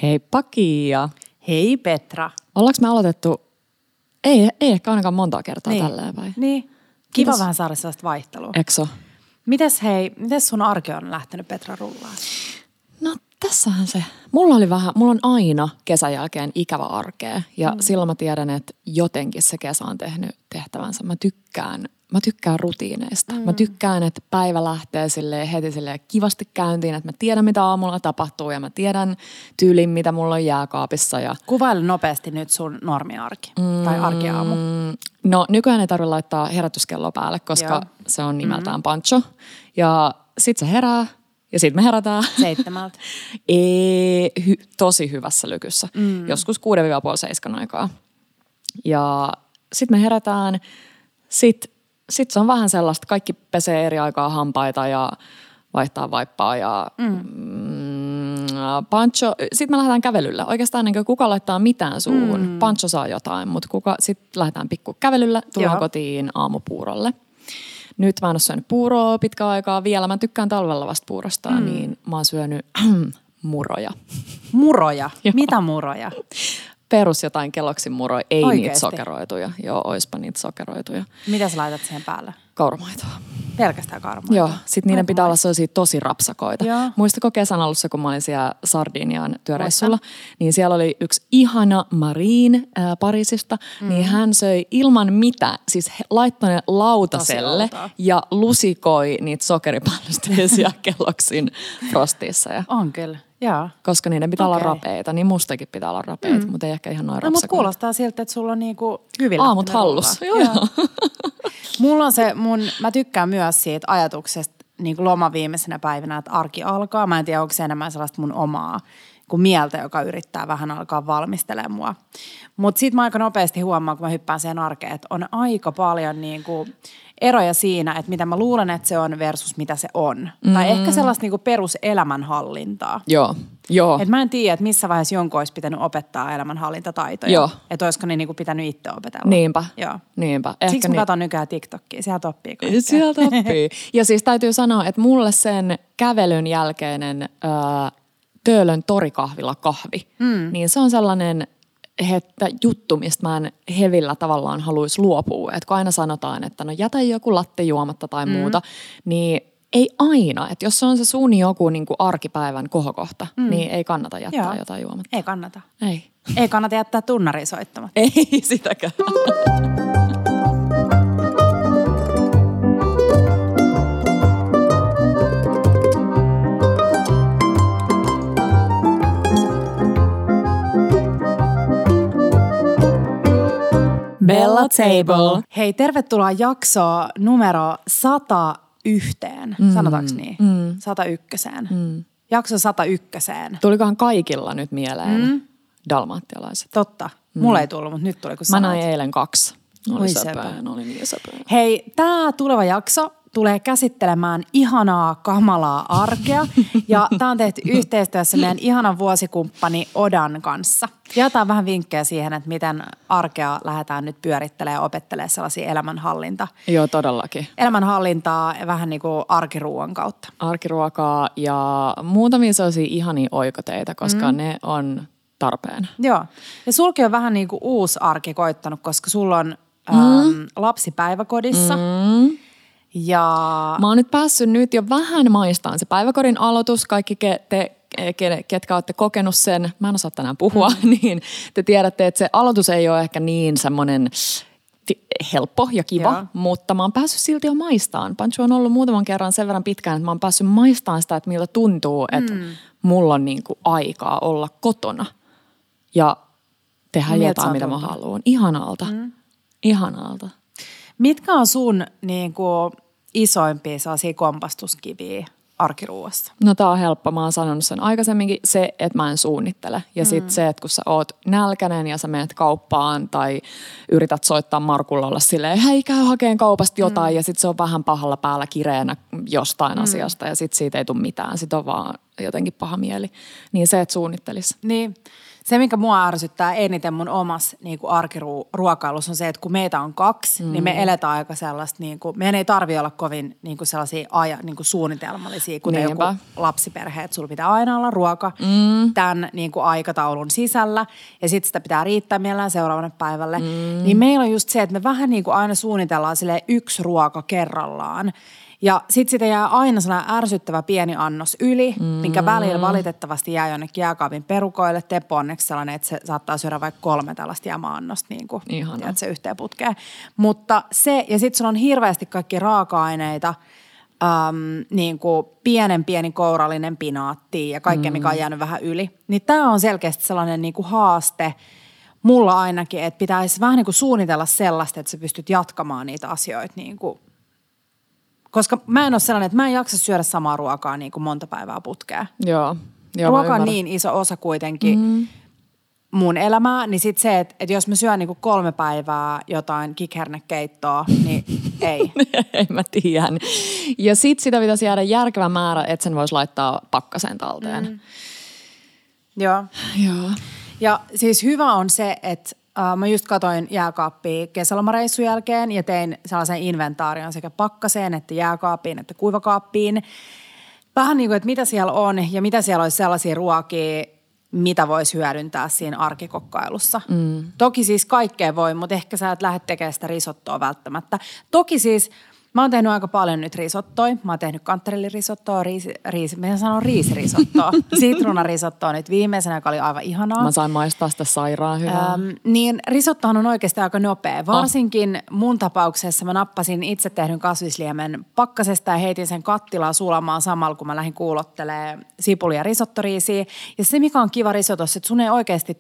Heippa Kiia. Hei Petra. Ollaanko me aloitettu, ei ehkä ainakaan monta kertaa tälleen vai? Niin. Kiva vähän saada sellaista vaihtelua. Ekso? Mites sun arki on lähtenyt Petra rullaan? No tässähän se. Mulla on aina kesän jälkeen ikävä arkea ja silloin mä tiedän, että jotenkin se kesä on tehnyt tehtävänsä. Mä tykkään rutiineista. Mä tykkään, että päivä lähtee heti kivasti käyntiin, että mä tiedän, mitä aamulla tapahtuu ja mä tiedän tyylin, mitä mulla on jääkaapissa. Kuvaile nopeasti nyt sun normiarki tai arkiaamu. No nykyään ei tarvitse laittaa herätyskelloa päälle, koska se on nimeltään Pancho. Ja sit se herää ja sit me herätään. 7. Tosi hyvässä lykyssä. Joskus 6-7 aikaa. Ja sit me herätään. Sitten se on vähän sellaista, kaikki pesee eri aikaa hampaita ja vaihtaa vaippaa ja Pancho. Sitten me lähdetään kävelyllä. Oikeastaan ennen kuin kuka laittaa mitään suuhun. Pancho saa jotain, mutta sitten lähdetään pikku kävelyllä, tullaan kotiin aamupuurolle. Nyt mä en ole syönyt puuroa pitkään aikaa vielä. Mä tykkään talvella vasta puurosta, niin mä oon syönyt muroja. Muroja? Mitä muroja? Perus jotain kelloksin muroja, ei Oikeesti? Niitä sokeroituja. Joo, oispa niitä sokeroituja. Mitä sä laitat siihen päälle? Kauramaitoa. Pelkästään kauramaitoa? Joo, sit niiden pitää olla sellaisia tosi rapsakoita. Joo. Muistatko kesän alussa, kun mä olin siellä Sardinian työreissulla, niin siellä oli yksi ihana Marine Pariisista, niin hän söi ilman mitään, siis laittoi ne lautaselle ja lusikoi niitä sokeripallisteisia kelloksin frostissa. On kyllä. Joo. Koska niiden pitää olla rapeita, niin mustakin pitää olla rapeita, mutta ei ehkä ihan noin rapsakoita. No, mutta kuulostaa siltä, että sulla on niinku hyvin aamut hallussa. Joo. Mulla on mä tykkään myös siitä ajatuksesta niinku loman viimeisenä päivänä, että arki alkaa. Mä en tiedä, onko se enemmän sellaista mun omaa kuin mieltä, joka yrittää vähän alkaa valmistelemaan mua. Mutta sit mä aika nopeasti huomaan, kun mä hyppään siihen arkeen, että on aika paljon niinku eroja siinä, että mitä mä luulen, että se on versus mitä se on. Tai ehkä sellaista niinku peruselämänhallintaa. Joo. Et mä en tiedä, että missä vaiheessa jonkun olisi pitänyt opettaa elämänhallintataitoja. Joo. Että olisiko ne niinku pitänyt itse opetella. Niinpä. Joo. Niinpä. Siksi mä katson nykyään TikTokia. Sieltä oppii kaikkea. Sieltä oppii. Ja siis täytyy sanoa, että mulle sen kävelyn jälkeinen Töölön torikahvila kahvi, niin se on sellainen juttu, mistä mä en hevillä tavallaan haluaisi luopua. Että kun aina sanotaan, että no jätä joku latte juomatta tai muuta, niin ei aina. Että jos se on se sun joku niin kuin arkipäivän kohokohta, niin ei kannata jättää jotain juomatta. Ei kannata. Ei. Ei kannata jättää tunnaria soittamatta. Ei sitäkään. Bella Table. Hei, tervetuloa jaksoon numero 101. Sanotaanko niin? 101. Jakso 101. Tulikohan kaikilla nyt mieleen dalmaattialaiset? Totta. Mulla ei tullut, mutta nyt tuli kun Mä sanoit. näin eilen 2. Oi Oli niin söpöä. Hei, tää tuleva jakso tulee käsittelemään ihanaa, kamalaa arkea. Ja tää on tehty yhteistyössä meidän ihanan vuosikumppani Odan kanssa. Jaetaan vähän vinkkejä siihen, että miten arkea lähdetään nyt pyörittelemään ja opettelemaan sellaisia Joo, todellakin. Elämänhallintaa vähän niin kuin arkiruuan kautta. Arkiruokaa ja muutamia sellaisia ihania oikoteita, koska ne on tarpeen. Joo. Ja sulki on vähän niin kuin uusi arki koittanut, koska sulla on lapsi päiväkodissa. Ja mä oon nyt päässyt nyt jo vähän maistamaan se päiväkodin aloitus. Kaikki ketkä olette kokenut sen, mä en osaa tänään puhua, niin te tiedätte, että se aloitus ei ole ehkä niin semmoinen helppo ja kiva, mutta mä oon päässyt silti jo maistaan. Pancho on ollut muutaman kerran sen verran pitkään, että mä oon päässyt maistaan sitä, että miltä tuntuu, että mulla on niinku aikaa olla kotona ja tehdä jotain, mitä mä haluan. Ihanalta. Ihanalta. Mitkä on sun niin kuin isoimpia sellaisia kompastuskiviä arkiruuassa? No tää on helppo. Mä oon sanonut sen aikaisemminkin. Se, että mä en suunnittele. Ja sitten se, että kun sä oot nälkäinen ja sä menet kauppaan tai yrität soittaa Markulla olla silleen, hei käy hakeen kaupasta jotain. Ja sitten se on vähän pahalla päällä kireenä jostain asiasta ja sitten siitä ei tule mitään. Sitten on vaan jotenkin paha mieli. Niin se, että suunnittelisi. Niin. Se, mikä mua ärsyttää eniten mun omassa niin arkiruokailussa on se, että kun meitä on 2, niin me eletään aika sellaista, niin kuin, meidän ei tarvitse olla kovin niin kuin sellaisia niin kuin suunnitelmallisia, kuten joku lapsiperhe, että sulla pitää aina olla ruoka tämän niin kuin aikataulun sisällä ja sitten sitä pitää riittää mielellään seuraavalle päivälle. Niin meillä on just se, että me vähän niin kuin aina suunnitellaan silleen 1 ruoka kerrallaan. Ja sitten sitä jää aina sellainen ärsyttävä pieni annos yli, minkä välillä valitettavasti jää jonnekin jääkaapin perukoille. Teppo onneksi sellainen, että se saattaa syödä vaikka 3 tällaista jääma-annosta niin kuin, että se yhteen putkeen. Mutta se, ja sitten sulla on hirveästi kaikki raaka-aineita, niin kuin pieni kourallinen pinaatti ja kaikkea, mikä on jäänyt vähän yli. Niin tämä on selkeästi sellainen niin kuin haaste mulla ainakin, että pitäisi vähän niin kuin suunnitella sellaista, että sä pystyt jatkamaan niitä asioita niin kuin. Koska mä en ole sellainen, että mä en jaksa syödä samaa ruokaa niin kuin monta päivää putkea. Joo. Ruoka on niin iso osa kuitenkin mun elämää, niin sitten se, että jos mä syön niin kuin 3 päivää jotain kikhernekeittoa, niin ei. Ei mä tiedän. Ja sitten sitä pitäisi jäädä järkevä määrä, että sen voisi laittaa pakkaseen talteen. Joo. Joo. Ja siis hyvä on se, että mä just katoin jääkaappia kesälomareissun jälkeen ja tein sellaisen inventaarion sekä pakkaseen, että jääkaappiin, että kuivakaappiin. Vähän niin kuin, että mitä siellä on ja mitä siellä olisi sellaisia ruokia, mitä voisi hyödyntää siinä arkikokkailussa. Toki siis kaikkea voi, mutta ehkä sä et lähde tekemään sitä risottoa välttämättä. Toki siis mä oon tehnyt aika paljon nyt risottoa. Mä oon tehnyt kantarellirisottoa, riisirisottoa, sitruunarisottoa nyt viimeisenä, joka oli aivan ihanaa. Mä sain maistaa sitä sairaan hyvää. Niin risottohan on oikeasti aika nopea. Varsinkin mun tapauksessa mä nappasin itse tehdyn kasvisliemen pakkasesta ja heitin sen kattilaan sulamaan samalla, kun mä lähdin kuulottelemaan sipulia ja risottoriisiä. Ja se, mikä on kiva risotossa, että sun ei oikeasti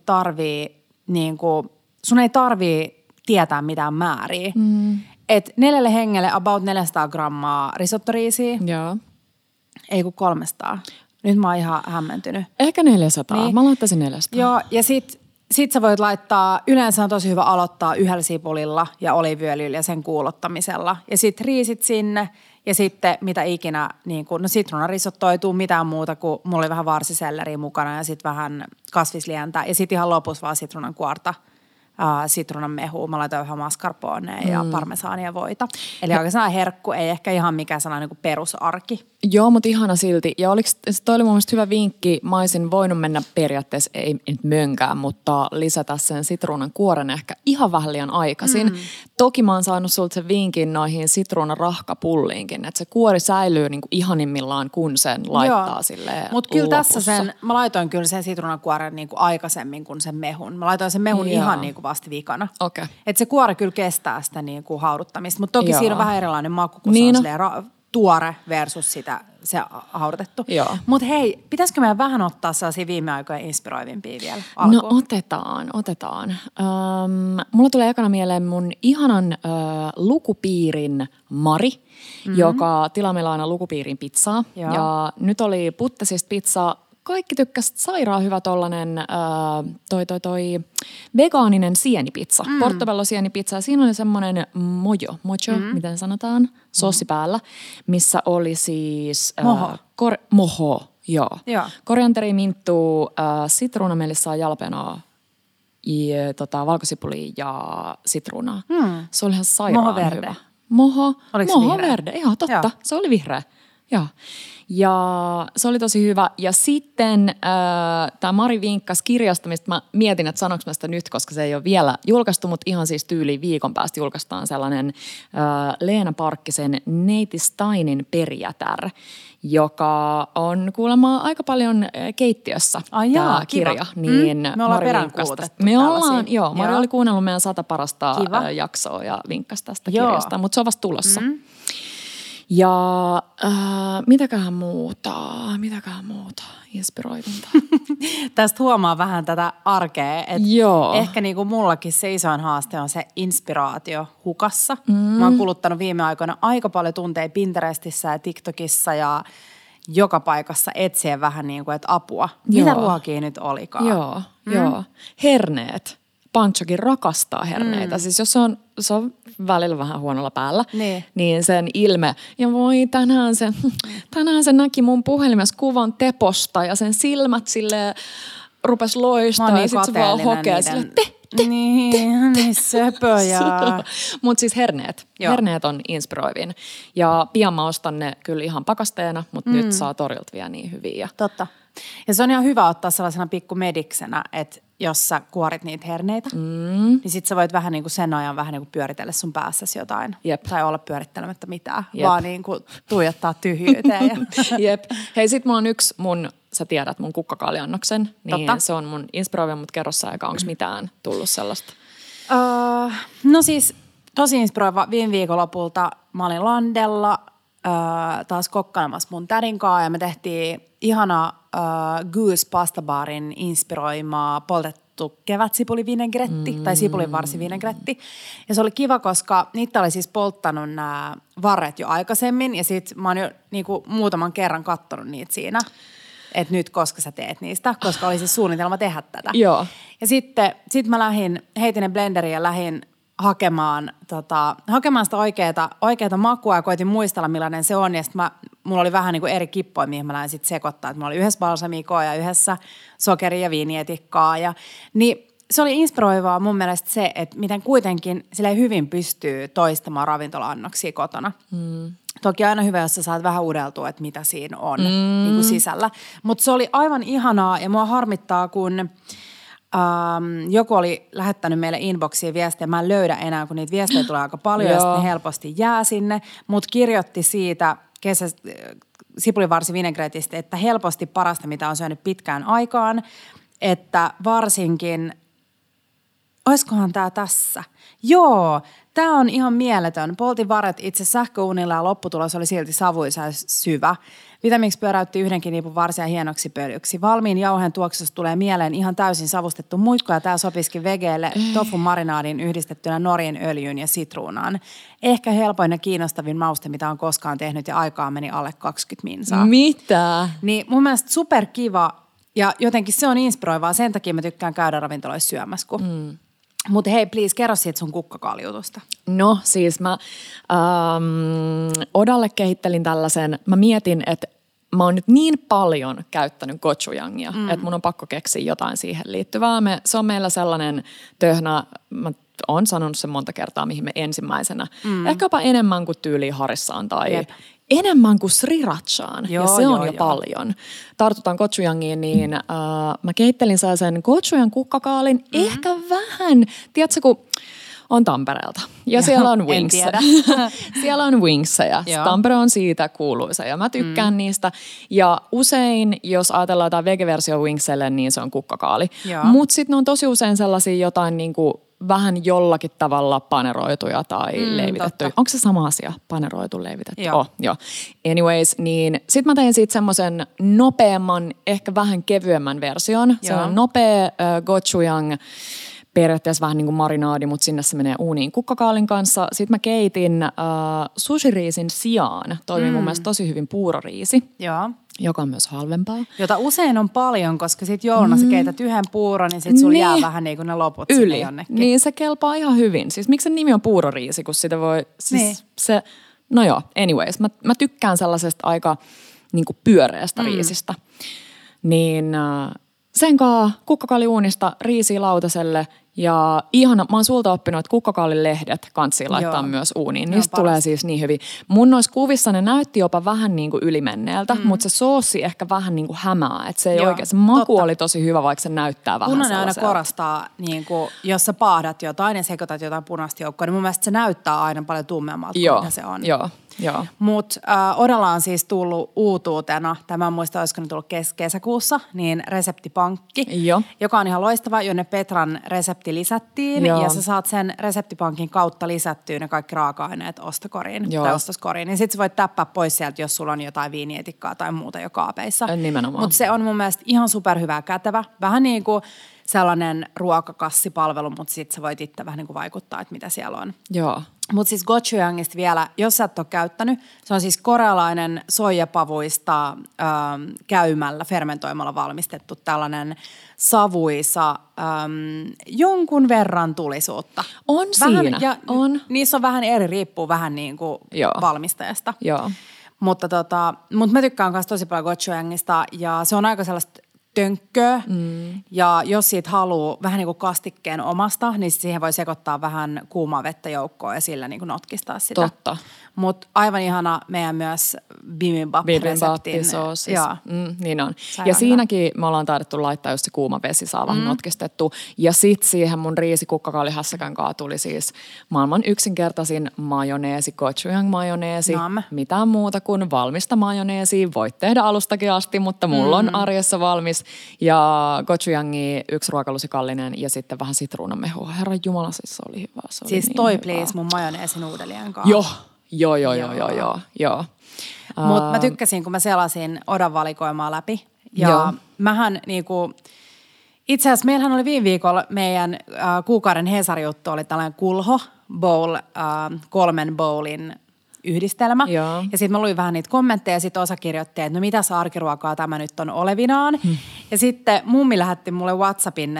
sun ei tarvii tietää mitään määriä. Et 4 hengelle about 400 grammaa risottoriisiä. Joo. Ei kun 300. Nyt mä oon ihan hämmentynyt. Ehkä 400. Niin. Mä laittaisin 400. Joo, ja sit sä voit laittaa, yleensä on tosi hyvä aloittaa 1 sipulilla ja oliiviöljyllä ja sen kuulottamisella. Ja sit riisit sinne ja sitten mitä ikinä, niin kun, no sitruunarisotto ei tule mitään muuta kuin mulla oli vähän varsiselleriä mukana ja sit vähän kasvislientä. Ja sit ihan lopussa vaan sitruunan kuorta. Sitruunan mehua. Mä laitoin vähän mascarponea ja parmesaania voita. Eli oikeastaan herkku, ei ehkä ihan mikään sellainen niin perusarki. Joo, mutta ihana silti. Ja toi oli mun mielestä hyvä vinkki. Mä olisin voinut mennä periaatteessa, ei nyt mönkään, mutta lisätä sen sitruunan kuoren ehkä ihan vähän liian aikaisin. Toki mä oon saanut sulta sen vinkin noihin sitruunan rahkapulliinkin, että se kuori säilyy niin kuin ihanimmillaan, kun sen laittaa silleen Mutta kyllä tässä mä laitoin kyllä sen sitruunakuoren niin kuin aikaisemmin kuin sen mehun. Mä laitoin sen mehun ihan niin kuin vasta vikana. Okay. Että se kuori kyllä kestää sitä niin kuin hauduttamista, mutta toki siinä on vähän erilainen maku, kun se on silleen tuore versus se haudutettu. Mutta hei, pitäisikö meidän vähän ottaa sellaisia viime aikojen inspiroivimpia vielä alkuun? No otetaan. Mulla tulee ekana mieleen mun ihanan lukupiirin Mari, joka tilaa meillä aina lukupiirin pizzaa. Joo. Ja nyt oli puttesista pizzaa. Kaikki tykkäsivät sairaan hyvä tollanen toi vegaaninen sienipizza, portobello sienipizza. Ja siinä oli semmoinen mojo, miten sanotaan, sossi päällä, missä oli siis moho, joo. Korianteri, minttu, sitruunamelissaa, jalapenoa, valkosipulia ja sitruunaa. Se oli ihan sairaan hyvä. Moho verde, ihan totta. Joo. Se oli vihreä. Joo. Ja se oli tosi hyvä. Ja sitten tämä Mari vinkkasi kirjasta, mistä mä mietin, että sanoinko mä sitä nyt, koska se ei ole vielä julkaistu, mutta ihan siis tyyliin viikon päästä julkaistaan sellainen Leena Parkkisen Neiti Steinin perijätär, joka on kuulemma aika paljon keittiössä tämä kirja. Niin me ollaan peräänkuulutettu. Mari oli kuunnellut meidän 100 parasta jaksoa ja vinkkasi tästä kirjasta, mutta se on vasta tulossa. Ja mitäköhän muuta inspiroivinta. Tästä huomaa vähän tätä arkea, että ehkä niin kuin mullakin se isoin haaste on se inspiraatio hukassa. Mä oon kuluttanut viime aikoina aika paljon tunteja Pinterestissä ja TikTokissa ja joka paikassa etsien vähän niin kuin, että apua. Mitä ruokia nyt olikaan? Joo. Herneet. Panchokin rakastaa herneitä. Siis jos se on välillä vähän huonolla päällä, niin sen ilme, ja voi tänään se näki mun puhelimessa kuvan Teposta ja sen silmät silleen rupes loistaa ja sit se vaan hokee silleen, niin söpöjä. Mut siis herneet on inspiroivin. Ja pian mä ostan ne kyllä ihan pakasteena, mutta nyt saa torilta vielä niin hyviä. Totta. Ja se on ihan hyvä ottaa sellaisena pikkumediksenä, että jos sä kuorit niitä herneitä, niin sit sä voit vähän niin kuin sen ajan vähän niin kuin pyöritellä sun päässäsi jotain. Jep. Tai olla pyörittelemättä mitään, vaan niin kuin tuijottaa tyhjyyteen. Jep. Hei, sit mulla on yksi sä tiedät mun kukkakaaliannoksen, niin Totta. se on mun inspiroivin, mutta kerro sä aika, onko mitään tullut sellaista? No siis tosi inspiroiva. Viime viikonlopulta mä olin Landella taas kokkailemassa mun tädin kanssa ja me tehtiin ihana Goose pastabarin inspiroimaa poltettu kevätsipulivinegretti tai sipulinvarsivinegretti. Ja se oli kiva, koska niitä oli siis polttanut nämä varret jo aikaisemmin ja sit mä oon jo niinku muutaman kerran kattonut niitä siinä. Että nyt koska sä teet niistä, koska oli siis suunnitelma tehdä tätä. Joo. Ja sitten heitin ne blenderiin ja lähdin hakemaan sitä oikeata makua ja koitin muistella millainen se on. Ja sitten mulla oli vähän niin kuin eri kippoja, mihin mä lähdin sitten sekoittaa. Että mulla oli yhdessä balsamikoa ja yhdessä sokeria ja viinietikkaa. Niin se oli inspiroivaa mun mielestä se, että miten kuitenkin silleen hyvin pystyy toistamaan ravintola-annoksia kotona. Toki aina hyvä, jos sä saat vähän uudeltua, että mitä siinä on niin kuin sisällä. Mutta se oli aivan ihanaa ja mua harmittaa, kun joku oli lähettänyt meille inboxiin viestiä. Mä en löydä enää, kun niitä viestejä tulee aika paljon ja sitten ne helposti jää sinne. Mutta kirjoitti siitä sipulinvarsivinegretistä, että helposti parasta, mitä on syönyt pitkään aikaan. Että varsinkin, oiskohan tää tässä? Joo, tää on ihan mieletön. Poltin varret itse sähköuunilla ja lopputulos oli silti savuisa ja syvä. Vitamix pyöräytti yhdenkin niipun varsia hienoksi pölyksi. Valmiin jauheen tuoksusta tulee mieleen ihan täysin savustettu muikko ja tää sopisikin vegeelle tofun marinaadin yhdistettynä norjen öljyyn ja sitruunaan. Ehkä helpoin ja kiinnostavin mauste, mitä on koskaan tehnyt ja aikaa meni alle 20 minsaa. Mitä? Niin mun mielestä superkiva ja jotenkin se on inspiroivaa. Sen takia mä tykkään käydä ravintoloissa syömässä, Mutta hei, please, kerro siitä sun kukkakaalijutusta. No siis mä Odalle kehittelin tällaisen, mä mietin, että mä oon nyt niin paljon käyttänyt gochujangia, että mun on pakko keksiä jotain siihen liittyvää. Se on meillä sellainen töhnä, mä oon sanonut sen monta kertaa, mihin me ensimmäisenä, ehkä jopa enemmän kuin tyyliin harissaan tai enemmän kuin srirachaan, ja se on jo paljon. Tartutaan gochujangiin, niin mä kehittelin sellaisen gochujan kukkakaalin, ehkä vähän, tiedätkö kun on Tampereelta ja siellä on wingsia. Siellä on wingseja. Tampere on siitä kuuluisa ja mä tykkään niistä. Ja usein, jos ajatellaan jotain vegeversio wingselle, niin se on kukkakaali. Mutta sitten ne on tosi usein sellaisia jotain niinku vähän jollakin tavalla paneroituja tai leivitettyjä. Onko se sama asia? Paneroitu, leivitetty? Joo. Anyways, niin sit mä tein siitä semmoisen nopeamman, ehkä vähän kevyemmän version. Se on nopea gochujang, periaatteessa vähän niin kuin marinaadi, mutta sinne se menee uuniin kukkakaalin kanssa. Sitten mä keitin sushiriisin sijaan. Toimii mun mielestä tosi hyvin puuroriisi. Joo. Joka on myös halvempaa. Jota usein on paljon, koska sit jouluna sä keität yhden puuron, niin sit sulla jää vähän niin kuin ne loput sinne jonnekin. Niin se kelpaa ihan hyvin. Siis miksi se nimi on puuroriisi, kun sitä voi, siis se, no joo, anyways. Mä tykkään sellaisesta aika niin kuin pyöreästä riisistä. Niin sen kaa kukkakaaliuunista riisiä lautaselle ja ihana, mä oon sulta oppinut, että kukkakaalilehdet kanssiin laittaa myös uuniin. Niistä tulee siis niin hyvin. Mun noissa kuvissa ne näytti jopa vähän niin kuin ylimenneeltä, mutta se soossi ehkä vähän niin kuin hämää. Että se ei oikein, se maku oli tosi hyvä, vaikka se näyttää vähän sellaiselta. Punainen aina korostaa, niin kuin, jos sä paahdat jotain ja sekoitat jotain punaista joukkoa, niin mun mielestä se näyttää aina paljon tummemmalta kuin mitä se on. Joo. Mutta Odalla on siis tullut uutuutena, tämä en muista, olisiko ne tullut kesäkuussa, niin reseptipankki, joka on ihan loistava, jonne Petran resepti lisättiin. Ja sä saat sen reseptipankin kautta lisättyä ne kaikki raaka-aineet ostokoriin tai ostoskoriin. Niin sit sä voit täppää pois sieltä, jos sulla on jotain viinietikkaa tai muuta jo kaapeissa. Nimenomaan. Mutta se on mun mielestä ihan superhyvä kätevä. Vähän niin kuin sellainen ruokakassipalvelu, mutta sitten sä voit itse vähän niin kuin vaikuttaa, että mitä siellä on. Joo. Mutta siis gochujangista vielä, jos sä et ole käyttänyt, se on siis korealainen soijapavuista käymällä, fermentoimalla valmistettu tällainen savuisa, jonkun verran tulisuutta. On vähän, siinä, ja on. Niissä on vähän eri, riippuu vähän niin kuin valmistajasta. Joo. Mutta mä tykkään myös tosi paljon gochujangista ja se on aika sellaista tönkköä. Ja jos siitä haluaa vähän niin kuin kastikkeen omasta, niin siihen voi sekoittaa vähän kuumaa vettä joukkoon ja sillä niin kuin notkistaa sitä. Totta. Mutta aivan ihana meidän myös bibimbap-reseptin. Niin on. Ja siinäkin me ollaan taidettu laittaa just se kuuma vesi, saa vähän notkistettu. Ja sit siihen mun riisikukkakaalihässäkän kaa tuli siis maailman yksinkertaisin majoneesi, gochujang-majoneesi. Mitään muuta kuin valmista majoneesia. Voit tehdä alustakin asti, mutta mulla on arjessa valmis. Ja gochujangi 1 ruokalusikallinen ja sitten vähän sitruunamehua. Herran jumala, siis se oli hyvä. Se siis oli toi niin please mun majoneesin uudelleen kanssa. Joo. Mutta mä tykkäsin, kun mä selasin Odan valikoimaa läpi. Ja mähän niinku, itse asiassa meillähän oli viime viikolla meidän kuukauden Hesari-juttu oli tällainen kulho bowl, 3 bowlin yhdistelmä. Joo. Ja sitten mä luin vähän niitä kommentteja ja sitten osa kirjoitti, että no mitäs arkiruokaa tämä nyt on olevinaan. Ja sitten mummi lähetti mulle WhatsAppin,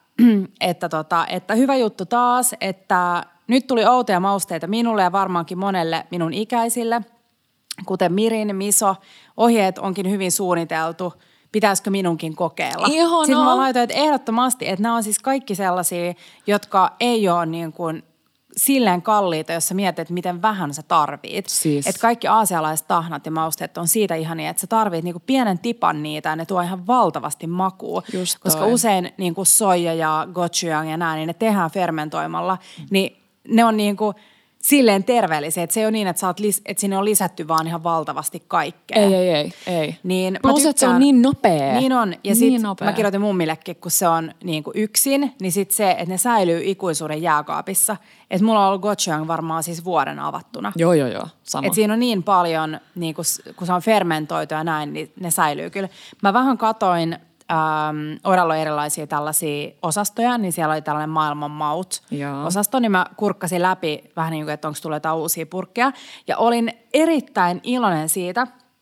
että hyvä juttu taas, että nyt tuli outoja mausteita minulle ja varmaankin monelle minun ikäisille, kuten mirin, miso. Ohjeet onkin hyvin suunniteltu. Pitäisikö minunkin kokeilla? Ihanaa. Sitten mä laitoin, että ehdottomasti, että nämä on siis kaikki sellaisia, jotka ei ole niin kuin silleen kalliita, jos sä mietit, että miten vähän sä tarvit. Siis. Että kaikki aasialaiset tahnat ja mausteet on siitä ihania, että sä tarvit niinku pienen tipan niitä ja ne tuo ihan valtavasti makua. Koska usein niinku soija ja gochujang ja nää, niin ne tehdään fermentoimalla, niin ne on niinku silleen terveellisiä, että se ei ole niin, että että sinne on lisätty vaan ihan valtavasti kaikkea. Ei. Niin plus, että se on niin nopea. Niin on. Ja sitten mä kirjoitin mummillekin, kun se on niin kuin yksin, niin sitten se, että ne säilyy ikuisuuden jääkaapissa. Että mulla on ollut gochujang varmaan siis vuoden avattuna. Joo. Sama. Että siinä on niin paljon, niin kun se on fermentoitu ja näin, niin ne säilyy kyllä. Mä vähän katoin, Odalla on erilaisia tällaisia osastoja, niin siellä oli tällainen maailman maut-osasto, niin mä kurkkasin läpi vähän niin kuin, että onko tullut jotain uusia purkkeja. Ja olin erittäin iloinen siitä,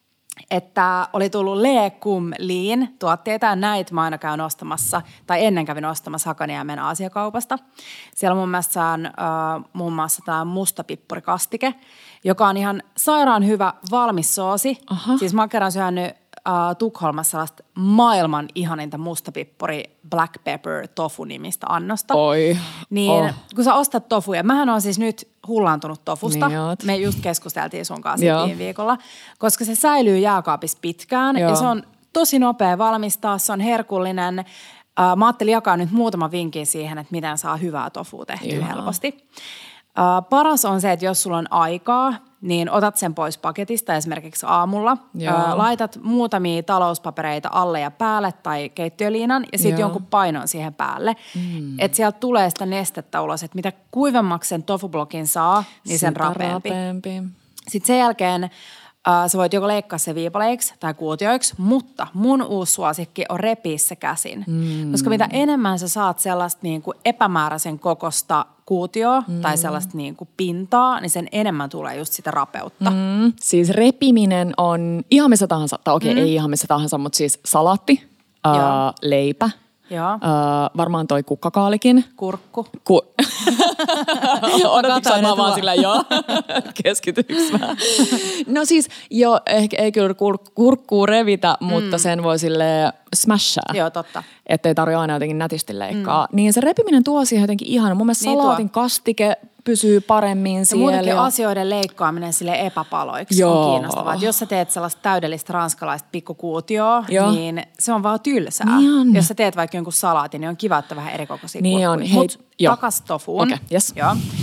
että oli tullut Le Cum Lean tuotteita ja näitä mä aina käyn ostamassa, tai ennen kävin ostamassa Hakaniemen Aasiakaupasta. Siellä mun mielestä on muun muassa tämä mustapippurikastike, joka on ihan sairaan hyvä valmis soosi. Aha. Siis mä kerran syönyt Tukholmassa sellaista maailman ihaninta mustapippuri black pepper tofu-nimistä annosta. Niin kun sä ostat tofuja, mähän on siis nyt hullaantunut tofusta. Niin me just keskusteltiin sun kanssa viime viikolla, koska se säilyy jääkaapissa pitkään ja se on tosi nopea valmistaa, se on herkullinen. Mä ajattelin jakaa nyt muutama vinkin siihen, että miten saa hyvää tofua tehtyä helposti. Paras on se, että jos sulla on aikaa, niin otat sen pois paketista esimerkiksi aamulla. Laitat muutamia talouspapereita alle ja päälle tai keittiöliinan ja sitten jonkun painon siihen päälle. Että sieltä tulee sitä nestettä ulos, että mitä kuivemmaksi sen tofublokin saa, niin sen rapeampi. Sitten sen jälkeen sä voit joko leikkaa se viipaleiksi tai kuutioiksi, mutta mun uusi suosikki on repiä se käsin. Koska mitä enemmän sä saat sellaista niin kuin epämääräisen kokosta kuutioa tai sellaista niin kuin pintaa, niin sen enemmän tulee just sitä rapeutta. Siis repiminen on ihan missä tahansa, tai ei ihan missä tahansa, mutta siis salaatti, leipä. Varmaan toi kukkakaalikin. Kurkku. Odotatko mä vaan sillä keskityks mä? No siis ei kyllä kurkkuu revitä, mutta sen voi silleen smashaa. Joo, totta. Ettei tarvitse aina jotenkin nätisti leikkaa. Niin se repiminen tuo siihen jotenkin ihana. Mun mielestä salaatin kastike pysyy paremmin siellä. Muutenkin asioiden leikkaaminen sille epäpaloiksi on kiinnostavaa. Että jos sä teet sellaista täydellistä ranskalaista pikkukuutioa, niin se on vaan tylsää. Niin jos sä teet vaikka jonkun salaatin, niin on kiva, että vähän erikokoisia kurkkuja. Mutta takas tofuun. Okay, yes.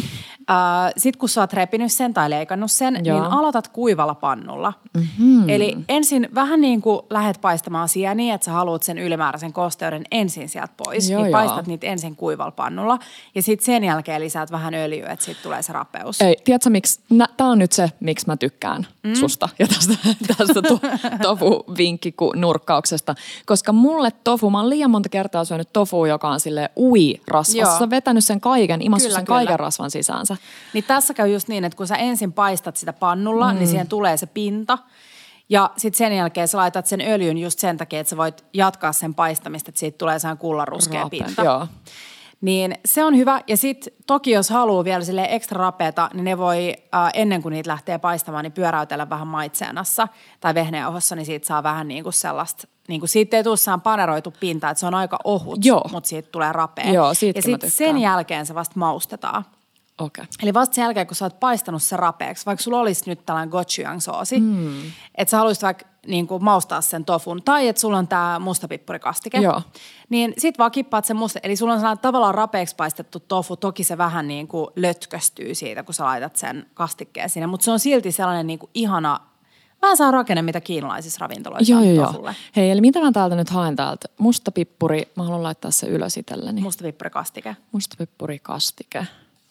Sitten kun sä oot repinyt sen tai leikannut sen, Joo. niin aloitat kuivalla pannulla. Mm-hmm. Eli ensin vähän niin kuin lähdet paistamaan sieniä, että sä haluat sen ylimääräisen kosteuden ensin sieltä pois. Joo, niin joo. paistat niitä ensin kuivalla pannulla ja sitten sen jälkeen lisäät vähän öljyä, että siitä tulee se rapeus. Ei, tiedätkö miksi? Tää on nyt se, miksi mä tykkään susta ja tästä tofu-vinkki-nurkkauksesta. Koska mulle tofu, mä oon liian monta kertaa syönyt tofua, joka on silleen rasvassa. Joo. Sä oot vetänyt sen kaiken, imassut Kyllä, sen kyllä. kaiken rasvan sisäänsä. Niin tässä käy just niin, että kun sä ensin paistat sitä pannulla, niin siihen tulee se pinta. Ja sitten sen jälkeen sä laitat sen öljyn just sen takia, että sä voit jatkaa sen paistamista, että siitä tulee sehän kullanruskea pinta. Joo. Niin se on hyvä. Ja sitten toki jos haluaa vielä silleen ekstra rapeata, niin ne voi ennen kuin niitä lähtee paistamaan, niin pyöräytellä vähän maitseenassa tai vehnäjauhossa, niin siitä saa vähän niin kuin sellaista, niin kuin siitä ei tule sään paneroitu pinta, että se on aika ohut, Joo. mutta siitä tulee rapea. Joo, siitä ja mä sitten tykkään. sen jälkeen se vasta maustetaan. Okei. Eli vasta sen jälkeen, kun sä oot paistanut se rapeaksi, vaikka sulla olisi nyt tällainen gochujang-soosi, että sä haluaisit vaikka niin kuin maustaa sen tofun, tai että sulla on tää mustapippurikastike, Joo. niin sit vaan kippaat sen eli sulla on sellainen tavallaan rapeaksi paistettu tofu, toki se vähän niin kuin lötköstyy siitä, kun sä laitat sen kastikkeen sinne, mutta se on silti sellainen niin kuin ihana, vähän saa rakenne, mitä kiinalaisissa ravintoloissa on tofulle. Hei, eli mitä mä täältä nyt haen täältä? Mustapippuri, mä haluan laittaa se ylös itselleni. Mustapippurikastike. Mustapippurikastike.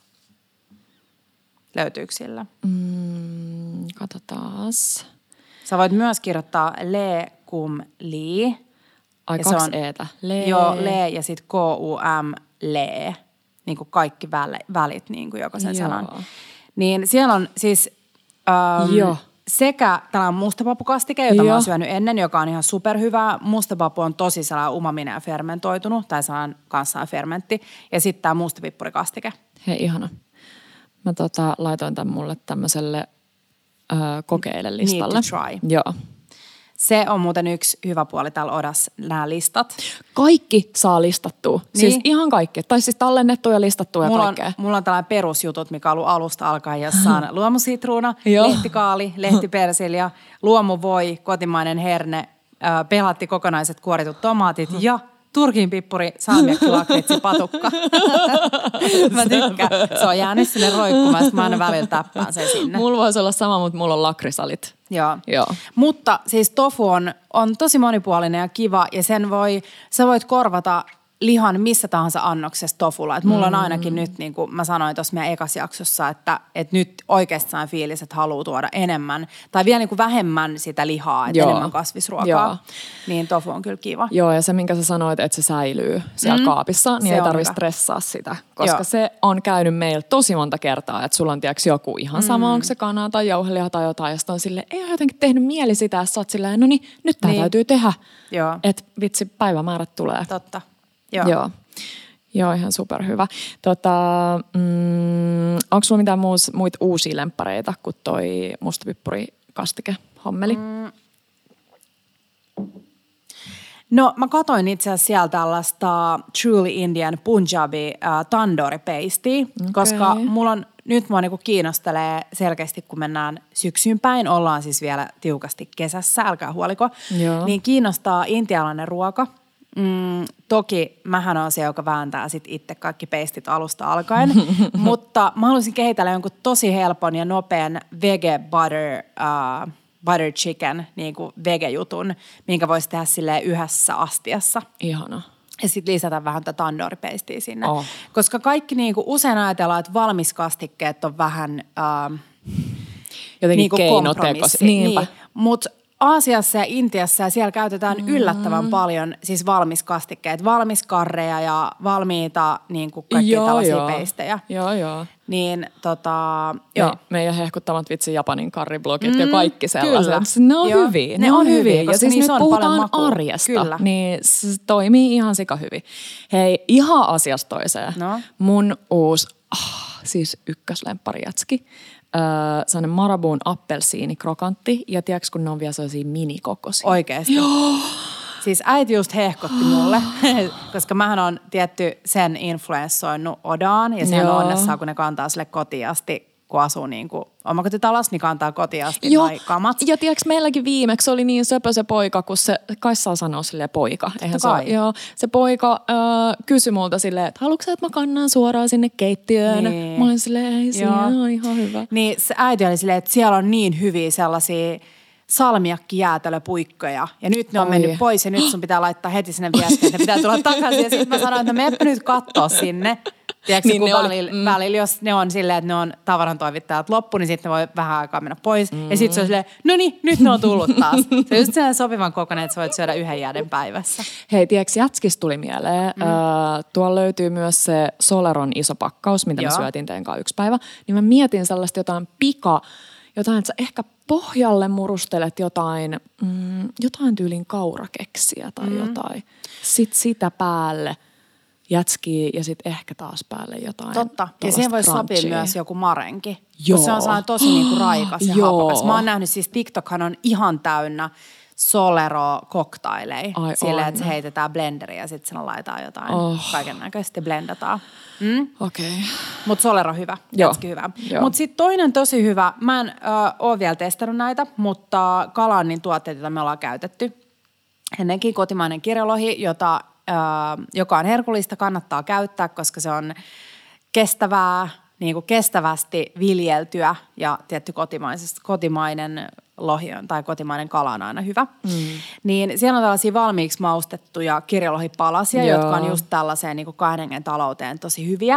Löytyykö sillä? Katsotaas. Sä voit myös kirjoittaa le kum li. Ai, Ja 2 eetä. Joo, le ja sitten K-U-M, le. Niin kuin kaikki välit, niin kuin jokaisen Joo. sanan. Niin siellä on siis Joo. sekä tällainen mustapapukastike, jota mä Joo. oon syönyt ennen, joka on ihan superhyvää. Mustapapu on tosi sellainen umaminen ja fermentoitunut, tai sellainen kanssaan fermentti. Ja sitten tämä mustapippurikastike. Hei, ihana. Mä laitoin tämän mulle tämmöiselle kokeile listalle. Need to try. Joo. Se on muuten yksi hyvä puoli täällä Odas, nämä listat. Kaikki saa listattua. Niin. Siis ihan kaikki. Tai siis tallennettua ja listattua ja kaikkea. Mulla on tällainen perusjutut, mikä on ollut alusta alkaen, jossa on luomusitruuna, Joo. lehtikaali, lehtipersilja, luomuvoi, kotimainen herne, pelatti kokonaiset kuoritut tomaatit ja turkinpippuri, salmiakki, lakritsi, patukka. Mä tykkään. Se on jäänyt sinne roikkumaan, mä aina välillä täppään sen sinne. Mulla voisi olla sama, mutta mulla on lakrisalit. Joo. Mutta siis tofu on tosi monipuolinen ja kiva ja sä voit korvata lihan missä tahansa annoksessa tofulla. Et mulla on ainakin nyt, niin kuin mä sanoin tuossa meidän ekassa jaksossa, että nyt oikeasti sain fiilis, että haluaa tuoda enemmän tai vielä niin kuin vähemmän sitä lihaa, että enemmän kasvisruokaa. Joo. Niin tofu on kyllä kiva. Joo, ja se minkä sä sanoit, että se säilyy siellä kaapissa, niin Se ei on tarvitse hyvä. stressaa sitä. Koska Joo. se on käynyt meillä tosi monta kertaa, että sulla on tiiäks joku ihan sama, onko se kana tai jauheliha tai jotain, ja sitten on silleen, ei ole jotenkin tehnyt mieli sitä, ja sä oot silleen, no niin, nyt tää täytyy tehdä. Joo. Että vitsi, päivämäärät tulee. Totta. Joo, ihan superhyvä. Onko sulla mitään muita uusia lemppareita kuin toi mustapippurikastike hommeli? No mä katoin itse asiassa sieltä tällaista Truly Indian Punjabi tandoori pastea, koska nyt mua niinku kiinnostelee selkeästi, kun mennään syksyyn päin, ollaan siis vielä tiukasti kesässä, älkää huoliko, Joo. niin kiinnostaa intialainen ruoka. Toki mähän on se, joka vääntää sit itse kaikki peistit alusta alkaen, mutta mä haluaisin kehitellä jonkun tosi helpon ja nopean vege butter chicken, niin kuin vege-jutun, minkä voisi tehdä silleen yhdessä astiassa. Ihana. Ja sitten lisätä vähän tätä tandoori-pastea sinne. Oh. Koska kaikki niinku, usein ajatellaan, että valmiskastikkeet on vähän Jotenkin niinku keinotekoisia. kompromissi. Niinpä. Niin. Mutta Aasiassa ja Intiassa ja siellä käytetään yllättävän paljon siis valmiskastikkeet, valmiskarreja ja valmiita niinku kaikkia tällaisia peistejä. Joo. Niin Joo. Meidän hehkuttamat vitsi Japanin karriblogit ja kaikki sellaiset. Kyllä. Ne on Joo. hyviä. Ne on hyviä, Ja koska siis niissä nyt on paljon puhutaan makua. arjesta. Kyllä. Niin se toimii ihan sika hyvin. Hei, ihan asiasta toiseen. No. Mun uusi, siis ykköslemppariätski. Sellainen Marabuun appelsiinikrokantti. Ja tiedätkö, kun ne on vielä sellaisia minikokoisia. Oikeesti. Joo. Siis äiti just hehkotti mulle, koska mähän on tietty sen influenssoinut Odaan ja sehän on onnessaan, kun ne kantaa sille kotiin asti kun asuu niin kuin omakotitalossa, niin kantaa kotiin asti noi kamat. Ja tiedätkö, meilläkin viimeksi oli niin söpö se poika, kun se, kai saa sanoa silleen poika. Eihän se, se poika kysyi multa silleen, että haluatko sä, että mä kannan suoraan sinne keittiöön? Niin. Mä olin silleen, ei siinä on ihan hyvä. Niin se äiti oli silleen, että siellä on niin hyviä sellaisia salmiakkijäätelöpuikkoja. Ja nyt ne on mennyt pois ja nyt sun pitää laittaa heti sinne viestiin, että ne pitää tulla takaisin. Ja sitten mä sanoin, että meppä nyt kattoo sinne. Tiedätkö, niin kun välillä, jos ne on silleen, että ne on tavarantoivittajat loppu, niin sitten ne voi vähän aikaa mennä pois. Ja sitten se on silleen, no niin, nyt ne on tullut taas. Se on just sellainen sopivan kokoinen, että sä voit syödä yhden jääden päivässä. Hei, tiedätkö, jätskistä tuli mieleen. Tuolla löytyy myös se Soleron iso pakkaus, mitä me syötiin teidän kanssa yksi päivä. Niin mä mietin sellaista jotain jotain, että sä ehkä pohjalle murustelet jotain tyylin kaurakeksiä tai jotain. Sitten sitä päälle jätskiä ja sitten ehkä taas päälle jotain. Totta. Ja siihen voisi sopia myös joku marenki. Joo. Kun se on sellainen tosi niinku raikas ja hapokas. Mä oon nähnyt siis TikTokhan on ihan täynnä Solero-koktaileja. Silleen, että se heitetään blenderiin ja sitten siinä laitetaan jotain kaiken näköisesti blendataan. Okei. Okay. Mutta Solero hyvä, jätski hyvä. Mutta sitten toinen tosi hyvä, mä en ole vielä testannut näitä, mutta Kalannin tuotteita, joita me ollaan käytetty. Ennenkin kotimainen kirjolohi, joka on herkullista, kannattaa käyttää, koska se on kestävää, niin kuin kestävästi viljeltyä ja tietty kotimainen lohi tai kotimainen kala on aina hyvä. Niin siellä on tällaisia valmiiksi maustettuja kirjolohipalasia, jotka on just tällaiseen niin kuin 2 hengen talouteen tosi hyviä.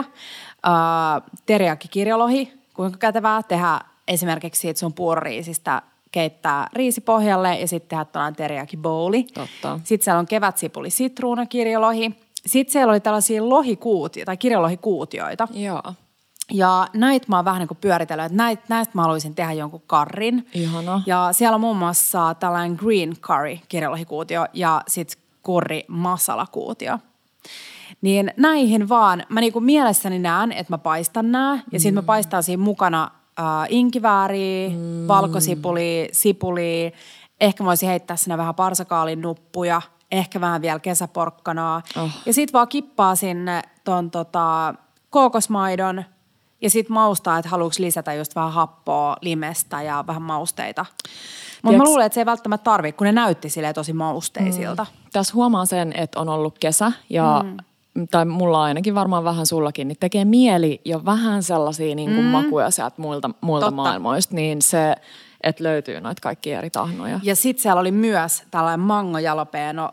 Teriyaki kirjolohi, kuinka kätevää tehdä esimerkiksi siitä sun puuroriisistä keittää riisipohjalle ja sitten tehdä tällainen teriyaki bowli. Totta. Sitten siellä on kevätsipuli sitruuna kirjolohi. Sitten siellä oli tällaisia lohikuutioita tai kirjolohikuutioita. Joo. Ja näitä mä oon vähän niin kuin pyöritellyt, että näistä mä haluaisin tehdä jonkun karrin. Ihana. Ja siellä on muun muassa tällainen green curry kirjolohikuutio ja sitten curry masala kuutio. Niin näihin vaan, mä niin kuin mielessäni näen, että mä paistan nää ja sitten mä paistan siinä mukana inkivääriä, valkosipulia, sipulia. Ehkä mä voisin heittää sinne vähän parsakaalin nuppuja, ehkä vähän vielä kesäporkkanaa. Ja sit vaan kippaa sinne ton kookosmaidon ja sit maustaa, että haluuks lisätä just vähän happoa, limestä ja vähän mausteita. Mutta mä luulen, että se ei välttämättä tarvitse, kun ne näytti silleen tosi mausteisilta. Tässä huomaa sen, että on ollut kesä ja tai mulla ainakin varmaan vähän sullakin, niin tekee mieli jo vähän sellaisia niin kuin makuja sieltä muilta maailmoista, niin se, että löytyy noita kaikkia eri tahnoja. Ja sitten siellä oli myös tällainen mango jalapeno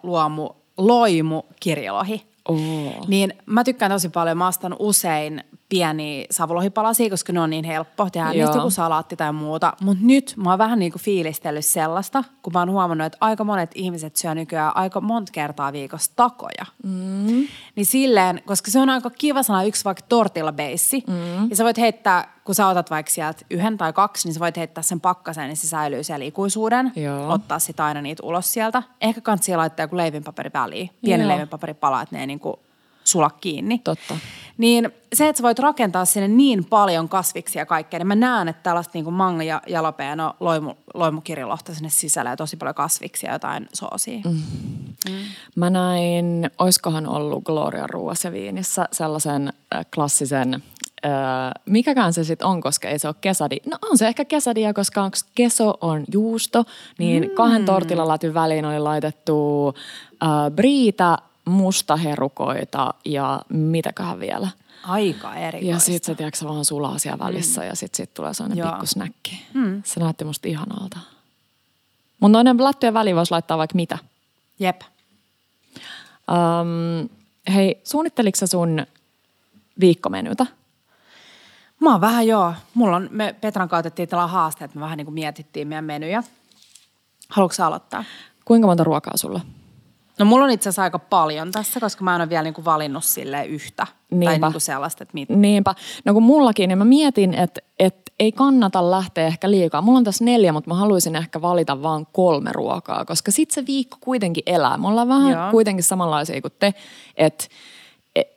loimu kirjolohi. Niin mä tykkään tosi paljon, mä ostan usein pieniä savulohipalasia, koska ne on niin helppo tehdä niistä joku salaatti tai muuta. Mutta nyt mä oon vähän niin kuin fiilistellyt sellaista, kun mä oon huomannut, että aika monet ihmiset syö nykyään aika monta kertaa viikossa takoja. Niin silleen, koska se on aika kiva sana yksi vaikka tortillabeissi. Ja sä voit heittää, kun sä otat vaikka sieltä 1 tai 2, niin sä voit heittää sen pakkaseen, niin se säilyy siellä ikuisuuden. Ottaa sitä aina niitä ulos sieltä. Ehkä kannattaa laittaa joku leivinpaperi väliin. Pieni leivinpaperipala, että ne ei niinku sula kiinni. Totta. Niin se, että sä voit rakentaa sinne niin paljon kasviksia ja kaikkea, niin mä näen, että tällaista niin kuin mango ja jalapeno loimukirjolohta sinne sisällä ja tosi paljon kasviksia ja jotain soosia. Mä näin, oiskohan ollut Gloria ruuassa ja viinissä sellaisen klassisen, mikäkään se sitten on, koska ei se ole kesadi. No on se ehkä kesadia, koska keso on juusto, niin 2 tortillalätyn väliin oli laitettu briitä, mustaherukoita ja mitäköhän vielä. Aika erikoista. Ja sit se, tiedätkö, vaan sulaa siellä välissä ja sit tulee sellainen pikku snäkki. Se näytti musta ihanalta. Mutta noiden lättyjen väliin voisi laittaa vaikka mitä. Jep. Hei, suunnitteliko sä sun viikkomenytä? Mä oon vähän me Petran kautta otettiin tällainen haaste, että me vähän niin kuin mietittiin meidän menyjä. Haluatko sä aloittaa? Kuinka monta ruokaa sulla? No mulla on itse asiassa aika paljon tässä, koska mä en ole vielä niinku valinnut silleen yhtä. Niinpä. Tai niinku sellaista, että mitä. Niinpä. No kun mullakin, niin mä mietin, että ei kannata lähteä ehkä liikaa. Mulla on tässä 4, mutta mä haluaisin ehkä valita vaan 3 ruokaa, koska sit se viikko kuitenkin elää. Me ollaan vähän kuitenkin samanlaisia kuin te, että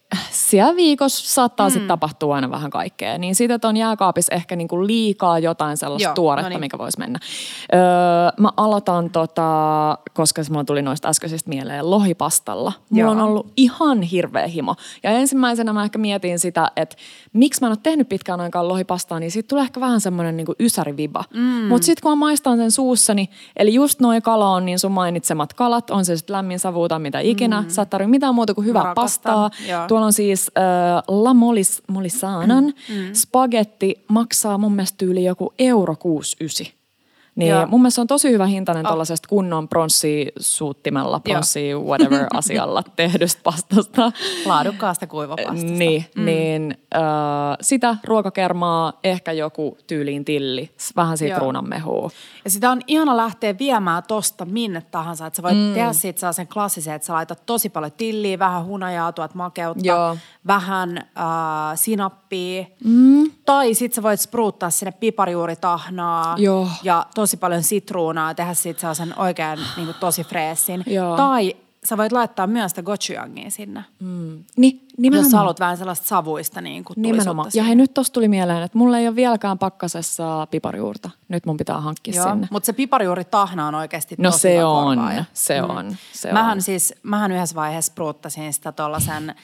siellä viikossa saattaa sitten tapahtua aina vähän kaikkea. Niin siitä, että on jääkaapissa ehkä niinku liikaa jotain sellaista tuoretta, mikä voisi mennä. Mä aloitan koska mulla tuli noista äskeisistä mieleen, lohipastalla. Mulla on ollut ihan hirveä himo. Ja ensimmäisenä mä ehkä mietin sitä, että miksi mä en ole tehnyt pitkään aikaan lohipastaa, niin siitä tulee ehkä vähän semmoinen niinku ysäriviba. Mutta sitten kun mä maistan sen suussani, eli just noi kala on niin sun mainitsemat kalat, on se sitten lämmin savu tai mitä ikinä, sä et tarvitse mitään muuta kuin hyvää pastaa. Tuolla on siis La Molisanan spagetti, maksaa mun mielestä tyyli joku €6,9. Niin mun mielestä se on tosi hyvä hintainen tuollaisesta kunnon pronssisuuttimella, whatever asialla tehdystä pastasta. Laadukkaasta kuivapastasta. Niin sitä ruokakermaa, ehkä joku tyyliin tilli, vähän sitruunanmehua. Ja sitä on ihana lähteä viemään tosta minne tahansa, että sä voit tehdä siitä sellaisen klassisen, että sä laitat tosi paljon tilliä, vähän hunajaa, tuot makeutta, vähän sinappia. Tai sit sä voit spruuttaa sinne piparjuuritahnaa ja tosi paljon sitruunaa, tehdä siitä sellaisen oikein niin kuin tosi freessin. Tai sä voit laittaa myös sitä gochujangia sinne. Jos sä haluat vähän sellaista savuista niin kuin nimenomaan. Ja hei, nyt tosta tuli mieleen, että mulla ei ole vieläkään pakkasessa piparjuurta. Nyt mun pitää hankkia sinne. Mutta se piparjuuritahna on oikeasti tosi hyvä korvaaja. Se on. Mähän yhdessä vaiheessa spruuttasin sitä tollasen...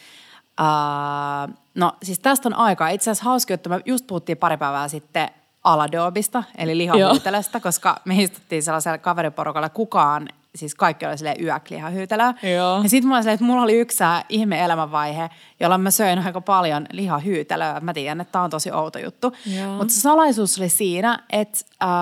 no siis tästä on aikaa. Itse asiassa hauska, että me just puhuttiin pari päivää sitten aladobista, eli lihahyytelöstä, koska me istuttiin sellaisella kaveriporukalla kukaan, siis kaikki oli silleen yöklihahyytelöä. Ja sitten mulla oli silleen, että mulla oli yksi ihme elämänvaihe, jolla mä söin aika paljon lihahyytelöä. Mä tiedän, että tää on tosi outo juttu. Mutta se salaisuus oli siinä, että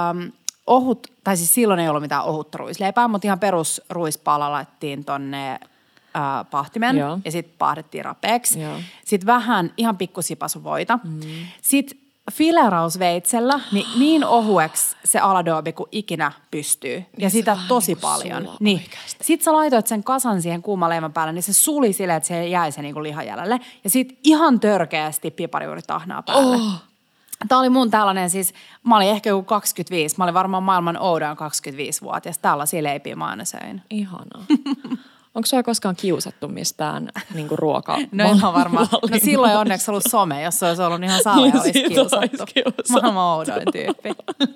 tai siis silloin ei ollut mitään ohutta ruisleipää, mutta ihan perusruispala laitettiin tonne pahtimen ja sitten pahdettiin rapeeksi. Sitten vähän ihan pikkusipasu voita. Sitten filerausveitsellä niin ohueksi se aladobi kuin ikinä pystyy. Ja sitä tosi paljon. Niin. Sitten sä laitoit sen kasan siihen kuuman leivän päälle, niin se suli silleen, että se jäi se niinku lihan jäljelle. Ja sitten ihan törkeästi piparijuuritahnaa päälle. Tämä oli mun tällainen siis, mä olin ehkä joku 25, mä olin varmaan maailman oudoin 25-vuotias. Tällaisia leipiä mä aina söin. Ihanaa. Onko sua koskaan kiusattu mistään niinku ruokaa? No ihan varmaan. No silloin ei onneksi ollut some, jos se olisi ollut ihan sale, olisi kiusattu. Maailman oudoin tyyppi.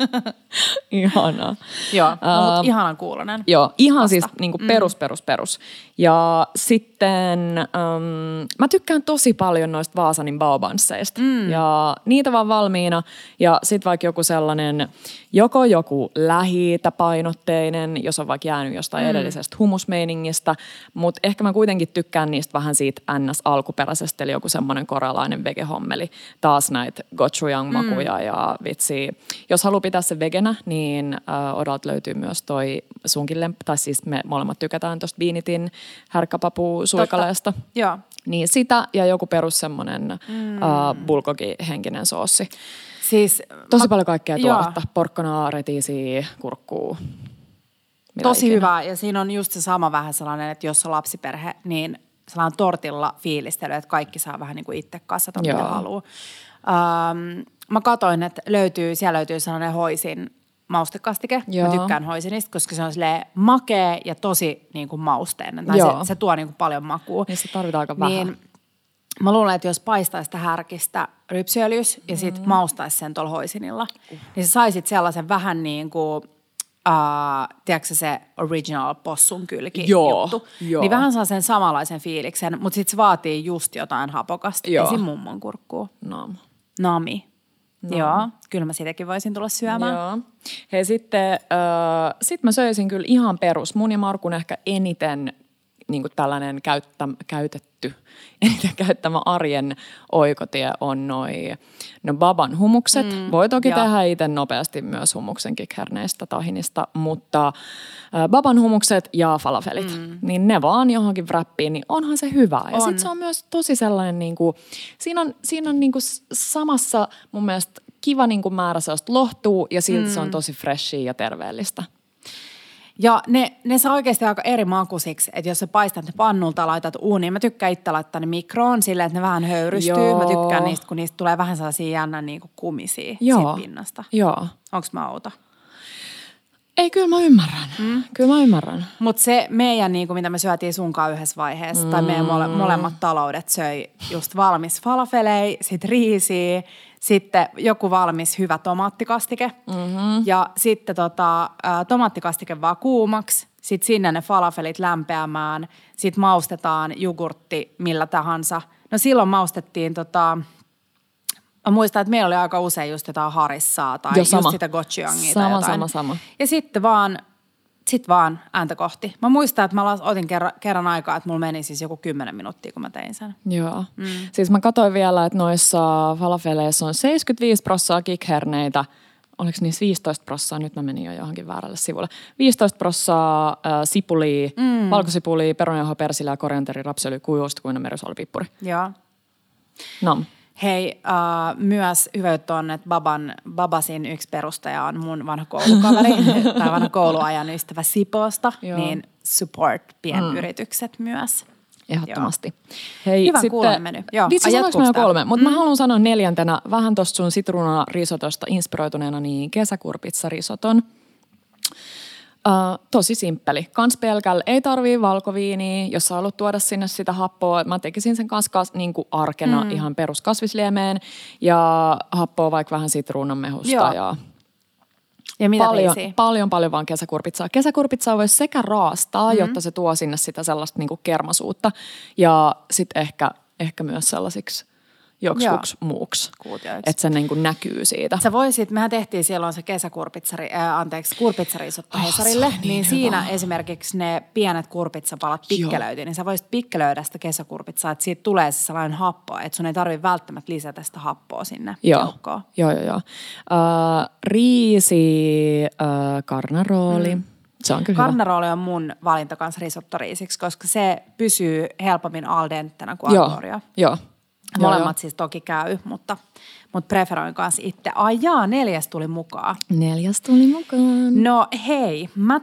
Ihanaa. Joo, mutta ihanan kuulonen. Joo, ihan siis niinku perus. Ja sitten mä tykkään tosi paljon noista Vaasanin baobansseista. Ja niitä vaan valmiina. Ja sit vaikka joku sellainen, joku lähi-itäpainotteinen, jos on vaikka jäänyt jostain edellisestä humusmeiningistä. Mutta ehkä mä kuitenkin tykkään niistä vähän siitä NS-alkuperäisestä, eli joku semmoinen korealainen vegehommeli. Taas näitä gochujang-makuja ja vitsi. Jos haluaa pitää se vegenä, niin odalta löytyy myös toi sunkin tai siis me molemmat tykätään tosta Beanitin härkkäpapu-suikaleesta. Joo. Niin sitä ja joku perus semmoinen bulgogi-henkinen soossi. Siis tosi paljon kaikkea tuoretta. Porkkanaa, retiisiä, kurkkuu. Tosi hyvä. Ja siinä on just se sama vähän sellainen, että jos on lapsiperhe, niin sellainen tortilla fiilistely, että kaikki saa vähän niin kuin itse kassata, mitä haluaa. Mä katoin, että siellä löytyy sellainen hoisin maustekastike. Mä tykkään hoisinista, koska se on silleen makea ja tosi niin kuin mausteinen. Tai se tuo niin kuin paljon makua. Niin se tarvitaan aika vähän. Mä luulen, että jos paistaisi sitä härkistä rypsiöljys ja sit maustaisi sen tuolla hoisinilla, niin sä saisit sellaisen vähän niin kuin... tiedätkö se original possun kylki juttu, niin vähän saa sen samanlaisen fiiliksen, mutta sitten se vaatii just jotain hapokasta. Esim. mummon kurkkuu. Nami. Joo, kyllä mä sitäkin voisin tulla syömään. Joo. Hei sitten mä söisin kyllä ihan perus. Mun ja Markun ehkä eniten niin kuin tällainen eniten käyttämä arjen oikotie on baban humukset. Voi toki tehdä itse nopeasti myös humuksen kikherneistä tahinista, mutta baban humukset ja falafelit, niin ne vaan johonkin wrappiin, niin onhan se hyvä. Ja sitten se on myös tosi sellainen, niin kuin, siinä on niin kuin samassa mun mielestä kiva niin kuin määrä sellaista lohtuu ja silti se on tosi freshia ja terveellistä. Ja ne saa oikeasti aika eri makusiksi, että jos sä paistat ne pannulta, laitat uuniin. Mä tykkään itse laittaa ne mikroon silleen, että ne vähän höyrystyy. Mä tykkään niistä, kun niistä tulee vähän sellaisia jännä niin kuin kumisia siitä pinnasta. Joo. Onks mä outo? Ei, kyllä mä ymmärrän. Kyllä mä ymmärrän. Mutta se meidän, niinku, mitä me syötiin sunkaan yhdessä vaiheessa, tai meidän molemmat taloudet söi just valmis falafelei, sit riisiä, sitten joku valmis hyvä tomaattikastike. Ja sitten tomaattikastike vaan kuumaksi, sitten sinne ne falafelit lämpeämään, sitten maustetaan jogurtti millä tahansa. No silloin maustettiin mä muistan, että meillä oli aika usein just jotain harissaa tai just sitä gochujangia tai jotain. Sama. Ja sitten vaan ääntä kohti. Mä muistan, että mä otin kerran aikaa, että mulla meni siis joku 10 minuuttia, kun mä tein sen. Joo. Siis mä katsoin vielä, että noissa falafeleissa on 75% kikherneitä. Oliko niissä 15%? Nyt mä menin jo johonkin väärälle sivulle. 15% sipulia, valkosipulia, perunajauho, persiliä, korianteri, rapsiöljy, kuivuustukuinen, merisolipippuri. Joo. No. Hei, myös hyvä juttu on, että Babasin yksi perustaja on mun vanha koulukaveri tai vanha kouluajan ystävä Sipoosta, niin support pienyritykset myös. Ehdottomasti. Hei, hyvän kuulen meny. Vitsi sanoinko mä jo 3, mutta mä haluan sanoa 4. vähän tosta sun sitruunarisotosta inspiroituneena, niin kesäkurpitsarisoton. Tosi simppeli. Kans pelkällä ei tarvii valkoviiniä, jos sä haluat tuoda sinne sitä happoa. Mä tekisin sen kanssa niin kuin arkena ihan peruskasvisliemeen ja happoa vaikka vähän sitruunanmehusta. Ja mitä paljon vaan kesäkurpitsaa. Kesäkurpitsaa voisi sekä raastaa, jotta se tuo sinne sitä sellaista niin kuin kermasuutta ja sitten ehkä myös sellaisiksi joksikuksi muuksi, että se niin kuin näkyy siitä. Sä voisit, mehän tehtiin silloin se kurpitsarisotto Hesarille, niin siinä esimerkiksi ne pienet kurpitsapalat pikkelöitiin, niin sä voisit pikkelöidä sitä kesäkurpitsaa, että siitä tulee se sellainen happo, että sun ei tarvitse välttämättä lisätä sitä happoa sinne joukkoon. Joo. Riisi, karnarooli. Se on kyllä Karnarooli on mun valinta kanssa risottoriisiksi, koska se pysyy helpommin al dentenä kuin arborio. Joo. Molemmat siis toki käy, mutta preferoin kanssa itse. 4 tuli mukaan. 4 tuli mukaan. No hei, mä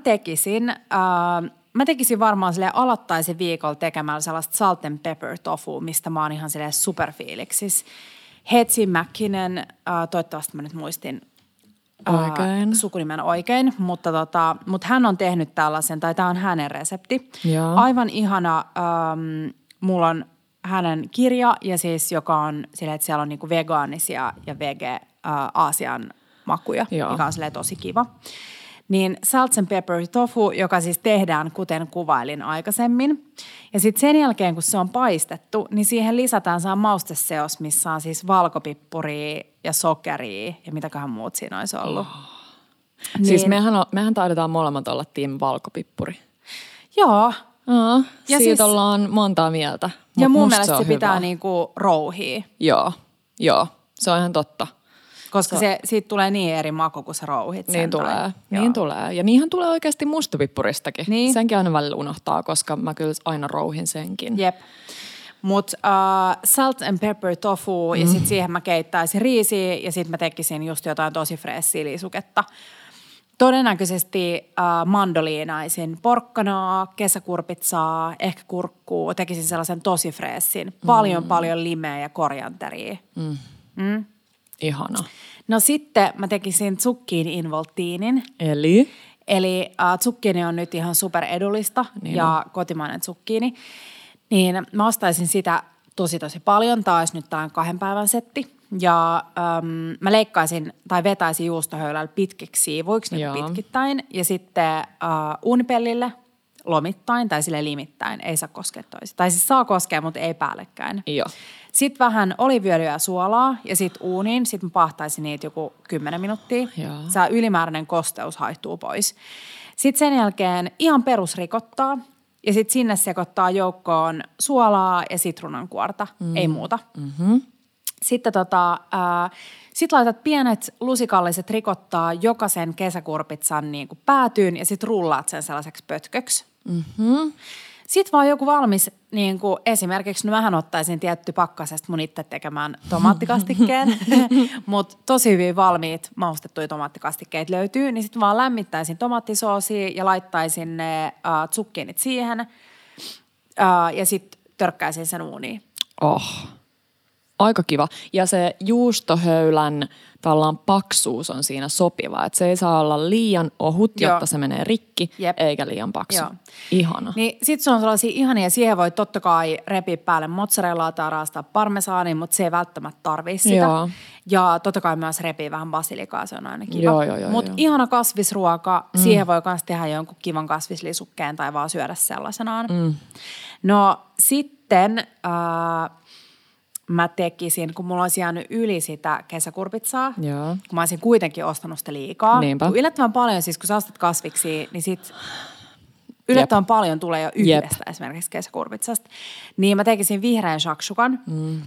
tekisin varmaan silleen aloittaisin viikolla tekemällä sellaista salt and pepper tofu, mistä mä oon ihan silleen superfiiliksis. Hetsi Mäkkinen, toivottavasti mä nyt muistin sukunimen oikein, mutta hän on tehnyt tällaisen, tai tää on hänen resepti. Joo. Aivan ihana, mulla on hänen kirja, ja siis joka on silleen, että siellä on niinku vegaanisia ja Aasian makuja, mikä on silleen tosi kiva. Niin salt and pepper tofu, joka siis tehdään kuten kuvailin aikaisemmin. Ja sitten sen jälkeen, kun se on paistettu, niin siihen lisätään saa mausteseos, missä on siis valkopippuria ja sokeria ja mitäköhän muut siinä olisi ollut. Niin. Siis mehän taidetaan molemmat olla tiim valkopippuri. Joo. Ja siitä siis ollaan montaa mieltä. Ja mun mielestä se pitää niinku rouhia. Joo, se on ihan totta. Koska siitä tulee niin eri maku, kun sä rouhit sen. Niin tulee. Ja niinhän tulee oikeasti mustapippuristakin. Niin. Senkin aina välillä unohtaa, koska mä kyllä aina rouhin senkin. Jep. Mutta salt and pepper tofu ja sitten siihen mä keittäisin riisiä ja sitten mä tekisin just jotain tosi freessiä liisuketta. Todennäköisesti mandoliinaisin porkkanaa, kesäkurpitsaa, ehkä kurkkuu. Tekisin sellaisen tosi freessin. Paljon limeä ja korianteria. Ihana. No sitten mä tekisin zucchini involtiinin. Eli zucchini on nyt ihan super edullista ja kotimainen zucchini. Niin mä ostaisin sitä tosi paljon. Tämä olisi nyt tämän 2 päivän setti. Ja mä leikkaisin tai vetäisin juustohöylällä pitkiksi siivuiksi niin pitkittäin. Ja sitten uunipellille lomittain tai sille limittäin. Ei saa koskea toisiaan. Tai siis saa koskea, mutta ei päällekkäin. Joo. Sitten vähän oliiviöljyä ja suolaa ja sitten uuniin. Sitten mä pahtaisin niitä joku 10 minuuttia. Saa ylimääräinen kosteus haihtuu pois. Sitten sen jälkeen ihan perusrikottaa. Ja sitten sinne sekoittaa joukkoon suolaa ja sitruunankuorta. Ei muuta. Sitten sit laitat pienet lusikalliset rikottaa jokaisen kesäkurpitsan niin kuin päätyyn ja sitten rullaat sen sellaiseksi pötköksi. Sitten vaan joku valmis, niin kuin esimerkiksi, no mähän ottaisin tietty pakkasesta mun itse tekemään tomaattikastikkeen, mutta tosi hyvin valmiit maustettuja tomaattikastikkeet löytyy, niin sitten vaan lämmittäisin tomaattisoosia ja laittaisin ne zucchiinit siihen ja sitten törkkäisin sen uuniin. Aika kiva. Ja se juustohöylän tavallaan paksuus on siinä sopiva. Että se ei saa olla liian ohut, jotta se menee rikki, eikä liian paksu. Joo. Ihana. Niin sit se on sellaisia ihania. Siihen voi totta kai repiä päälle mozzarellaa tai raastaa parmesaania, mutta se ei välttämättä tarvii sitä. Joo. Ja totta kai myös repii vähän basilikaa, se on aina kiva. Mutta ihana kasvisruoka, siihen voi myös tehdä jonkun kivan kasvislisukkeen tai vaan syödä sellaisenaan. No sitten mä tekisin, kun mulla olisi jäänyt yli sitä kesäkurpitsaa, kun mä olisin kuitenkin ostanut sitä liikaa. Niinpä. Yllättävän paljon, siis kun sä ostat kasviksi, niin sit yllättävän paljon tulee jo yhdestä esimerkiksi kesäkurpitsasta. Niin mä tekisin vihreän shakshukan.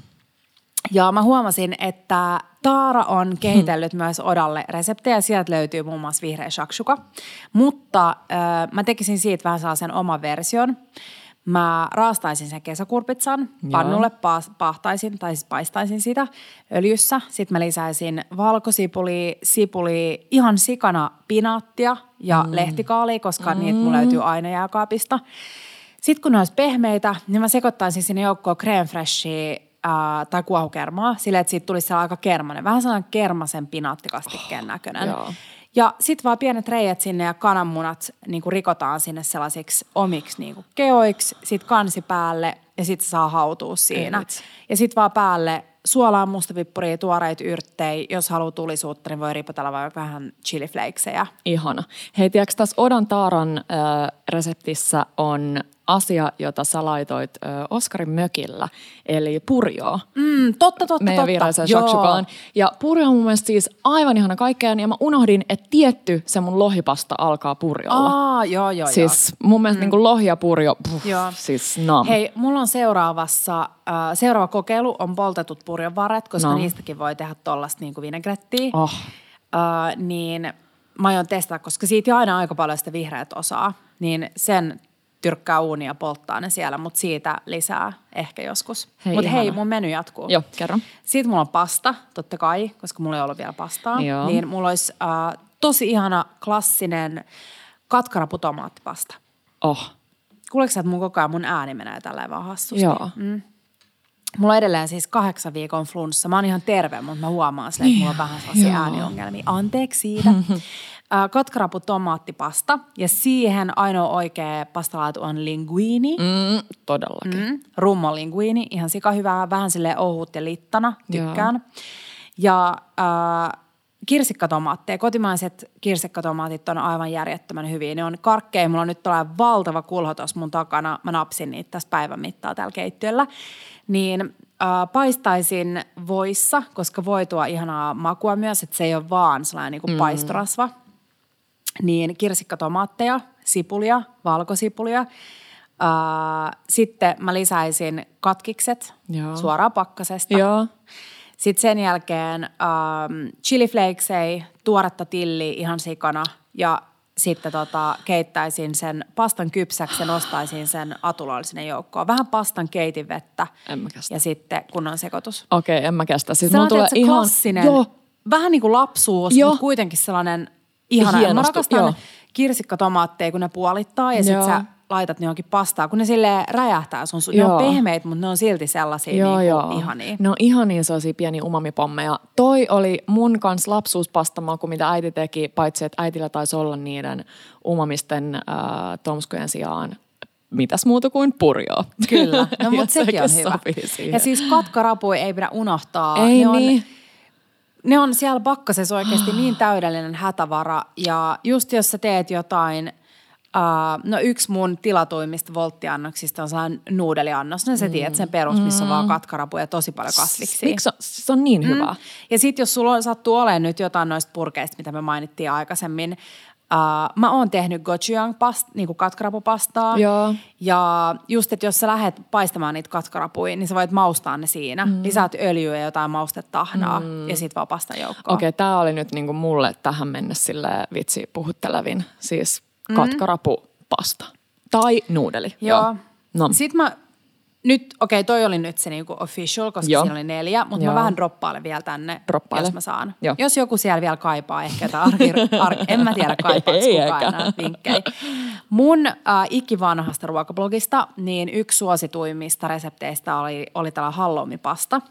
Ja mä huomasin, että Taara on kehitellyt myös Odalle reseptejä. Sieltä löytyy muun muassa vihreä shakshuka. Mutta mä tekisin siitä vähän sellaisen oman version. Mä raastaisin sen kesäkurpitsan, pannulle pahtaisin tai siis paistaisin sitä öljyssä. Sitten mä lisäisin valkosipulia, sipulia, ihan sikana pinaattia ja lehtikaalia, koska niitä mulla löytyy aina jääkaapista. Sitten kun ne olisi pehmeitä, niin mä sekoittaisin sinne joukkoon crème fraichea tai kuohukermaa, silleen, että siitä tulisi aika kermanen. Vähän sellainen kermasen pinaattikastikkeen näköinen. Ja sitten vaan pienet reijät sinne ja kananmunat niin kuin rikotaan sinne sellaisiksi omiksi niin kuin keoiksi, sitten kansi päälle ja sitten saa hautua siinä. Ja sitten vaan päälle suolaa, mustapippuria, tuoreita yrttejä. Jos haluaa tulisuutta, niin voi ripotella vaikka vähän chiliflakesejä. Ihana. Hei, tiedätkö tässä Odan Taaran reseptissä on asia, jota sä laitoit Oskarin mökillä, eli purjoa. Totta. Meidän vihreäseen shakshukaan. Ja purjo on mun mielestä siis aivan ihana kaikkeen, ja mä unohdin, että tietty se mun lohipasta alkaa purjolla. Joo. Siis mun mielestä niin kuin lohi ja purjo, siis nam. Hei, mulla on seuraava kokeilu on poltetut purjonvarret, koska niistäkin voi tehdä tollaista niin kuin vinegrettiä. Niin mä aion testata, koska siitä aina aika paljon sitä vihreät osaa, niin sen tyrkkää uunia ja polttaa ne siellä, mutta siitä lisää ehkä joskus. Mutta hei, mun menu jatkuu. Joo, kerro. Sitten mulla on pasta, totta kai, koska mulla ei ollut vielä pastaa. Joo. Niin mulla olisi tosi ihana klassinen katkaraputomaattipasta. Kuuleeko sä, että mun koko ajan mun ääni menee tälleen vaan hassusti? Joo. Mulla on edelleen siis 8 viikon flunssa. Mä oon ihan terve, mutta mä huomaan sille, että mulla on vähän sellaisia ääniongelmia. Anteeksi siitä. Katkaraputomaattipasta ja siihen ainoa oikea pastalaatu on linguini. Todellakin. Rummo linguini, ihan sikahyvää, vähän silleen ohut ja littana, tykkään. Ja kirsikkatomaatteja, kotimaiset kirsikkatomaatit on aivan järjettömän hyviä. Ne on karkkeja, mulla on nyt tällainen valtava kulho tuossa mun takana, mä napsin niitä tästä päivän mittaa täällä keittiöllä. Niin paistaisin voissa, koska voi tuo ihanaa makua myös, että se ei ole vaan sellainen niin kuin paistorasva. Niin kirsikkatomaatteja, sipulia, valkosipulia. Sitten mä lisäisin katkikset suoraan pakkasesta. Joo. Sitten sen jälkeen chiliflakesei, tuoretta tilliä ihan sikana ja sitten keittäisin sen pastan kypsäksi ja nostaisin sen atuloille sinne joukkoon. Vähän pastan keitin vettä ja sitten kunnon sekoitus. Okei, en mä kestä. Siis mulla tulee ihan klassinen, vähän niin kuin lapsuus, mutta kuitenkin sellainen ihana. Mä rakastan kirsikkatomaatteja, kun ne puolittaa ja sitten sä laitat ne johonkin pastaa, kun ne silleen räjähtää sun. Ne on pehmeitä, mutta ne on silti sellaisia ihania. Ne on ihania sellaisia pieniä umamipommeja. Toi oli mun kans lapsuuspastamaku, mitä äiti teki, paitsi että äitillä taisi olla niiden umamisten tomskujen sijaan mitäs muuta kuin purjoa. Kyllä, no mutta sekin on hyvä. Ja siis katkarapuja ei pidä unohtaa. Ei niin. Ne on siellä pakkasessa oikeasti niin täydellinen hätävara ja just jos sä teet jotain, yksi mun tilatuimmista volttiannoksista on sellainen nuudeliannos. No sä tiedät sen perus, missä on vaan katkarapuja ja tosi paljon kasviksia. Miksi se on niin hyvä? Ja sit jos sulla sattuu olemaan nyt jotain noista purkeista, mitä me mainittiin aikaisemmin, mä oon tehnyt gochujang niinku katkarapupastaa. Joo. Ja just, että jos sä lähdet paistamaan niitä katkarapuja, niin sä voit maustaa ne siinä. Lisäät öljyä ja jotain maustetahnaa ja sit vaan pastan joukkoon. Okei, tää oli nyt niinku mulle tähän mennessä silleen vitsi puhuttelevin. Siis katkarapupasta. Tai nuudeli. Joo. No. Sitten mä nyt, toi oli nyt se niinku official, koska siinä oli 4, mutta mä vähän droppailen vielä tänne, jos mä saan. Joo. Jos joku siellä vielä kaipaa ehkä jotain en mä tiedä kaipaako kukaan enää vinkkejä. Mun ikivanhasta ruokablogista, niin yksi suosituimmista resepteistä oli tällainen halloumipasta.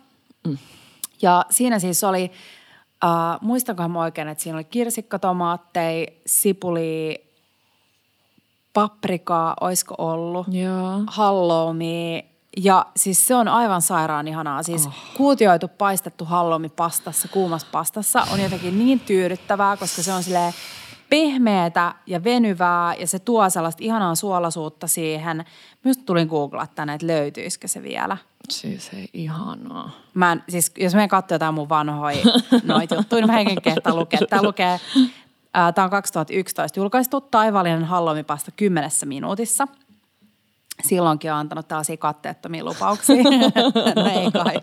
Ja siinä siis oli, muistankohan mä oikein, että siinä oli kirsikkatomaatteja, sipuli, paprikaa, oisko ollut, halloumia. Ja siis se on aivan sairaan ihanaa. Siis kuutioitu paistettu halloumi pastassa, kuumassa pastassa on jotenkin niin tyydyttävää, koska se on silleen pehmeätä ja venyvää ja se tuo sellaista ihanaa suolaisuutta siihen. Minusta tulin googlaa tänne, että löytyisikö se vielä. Siis ei ihanaa. Siis jos me katsoo jotain mun vanhoja noita juttuja, niin mä henken kehtaa lukea. Tämä on 2011 julkaistu taivaallinen halloumipasta 10 minuutissa. Silloinkin on antanut tällaisia katteettomia lupauksia. No ei kai.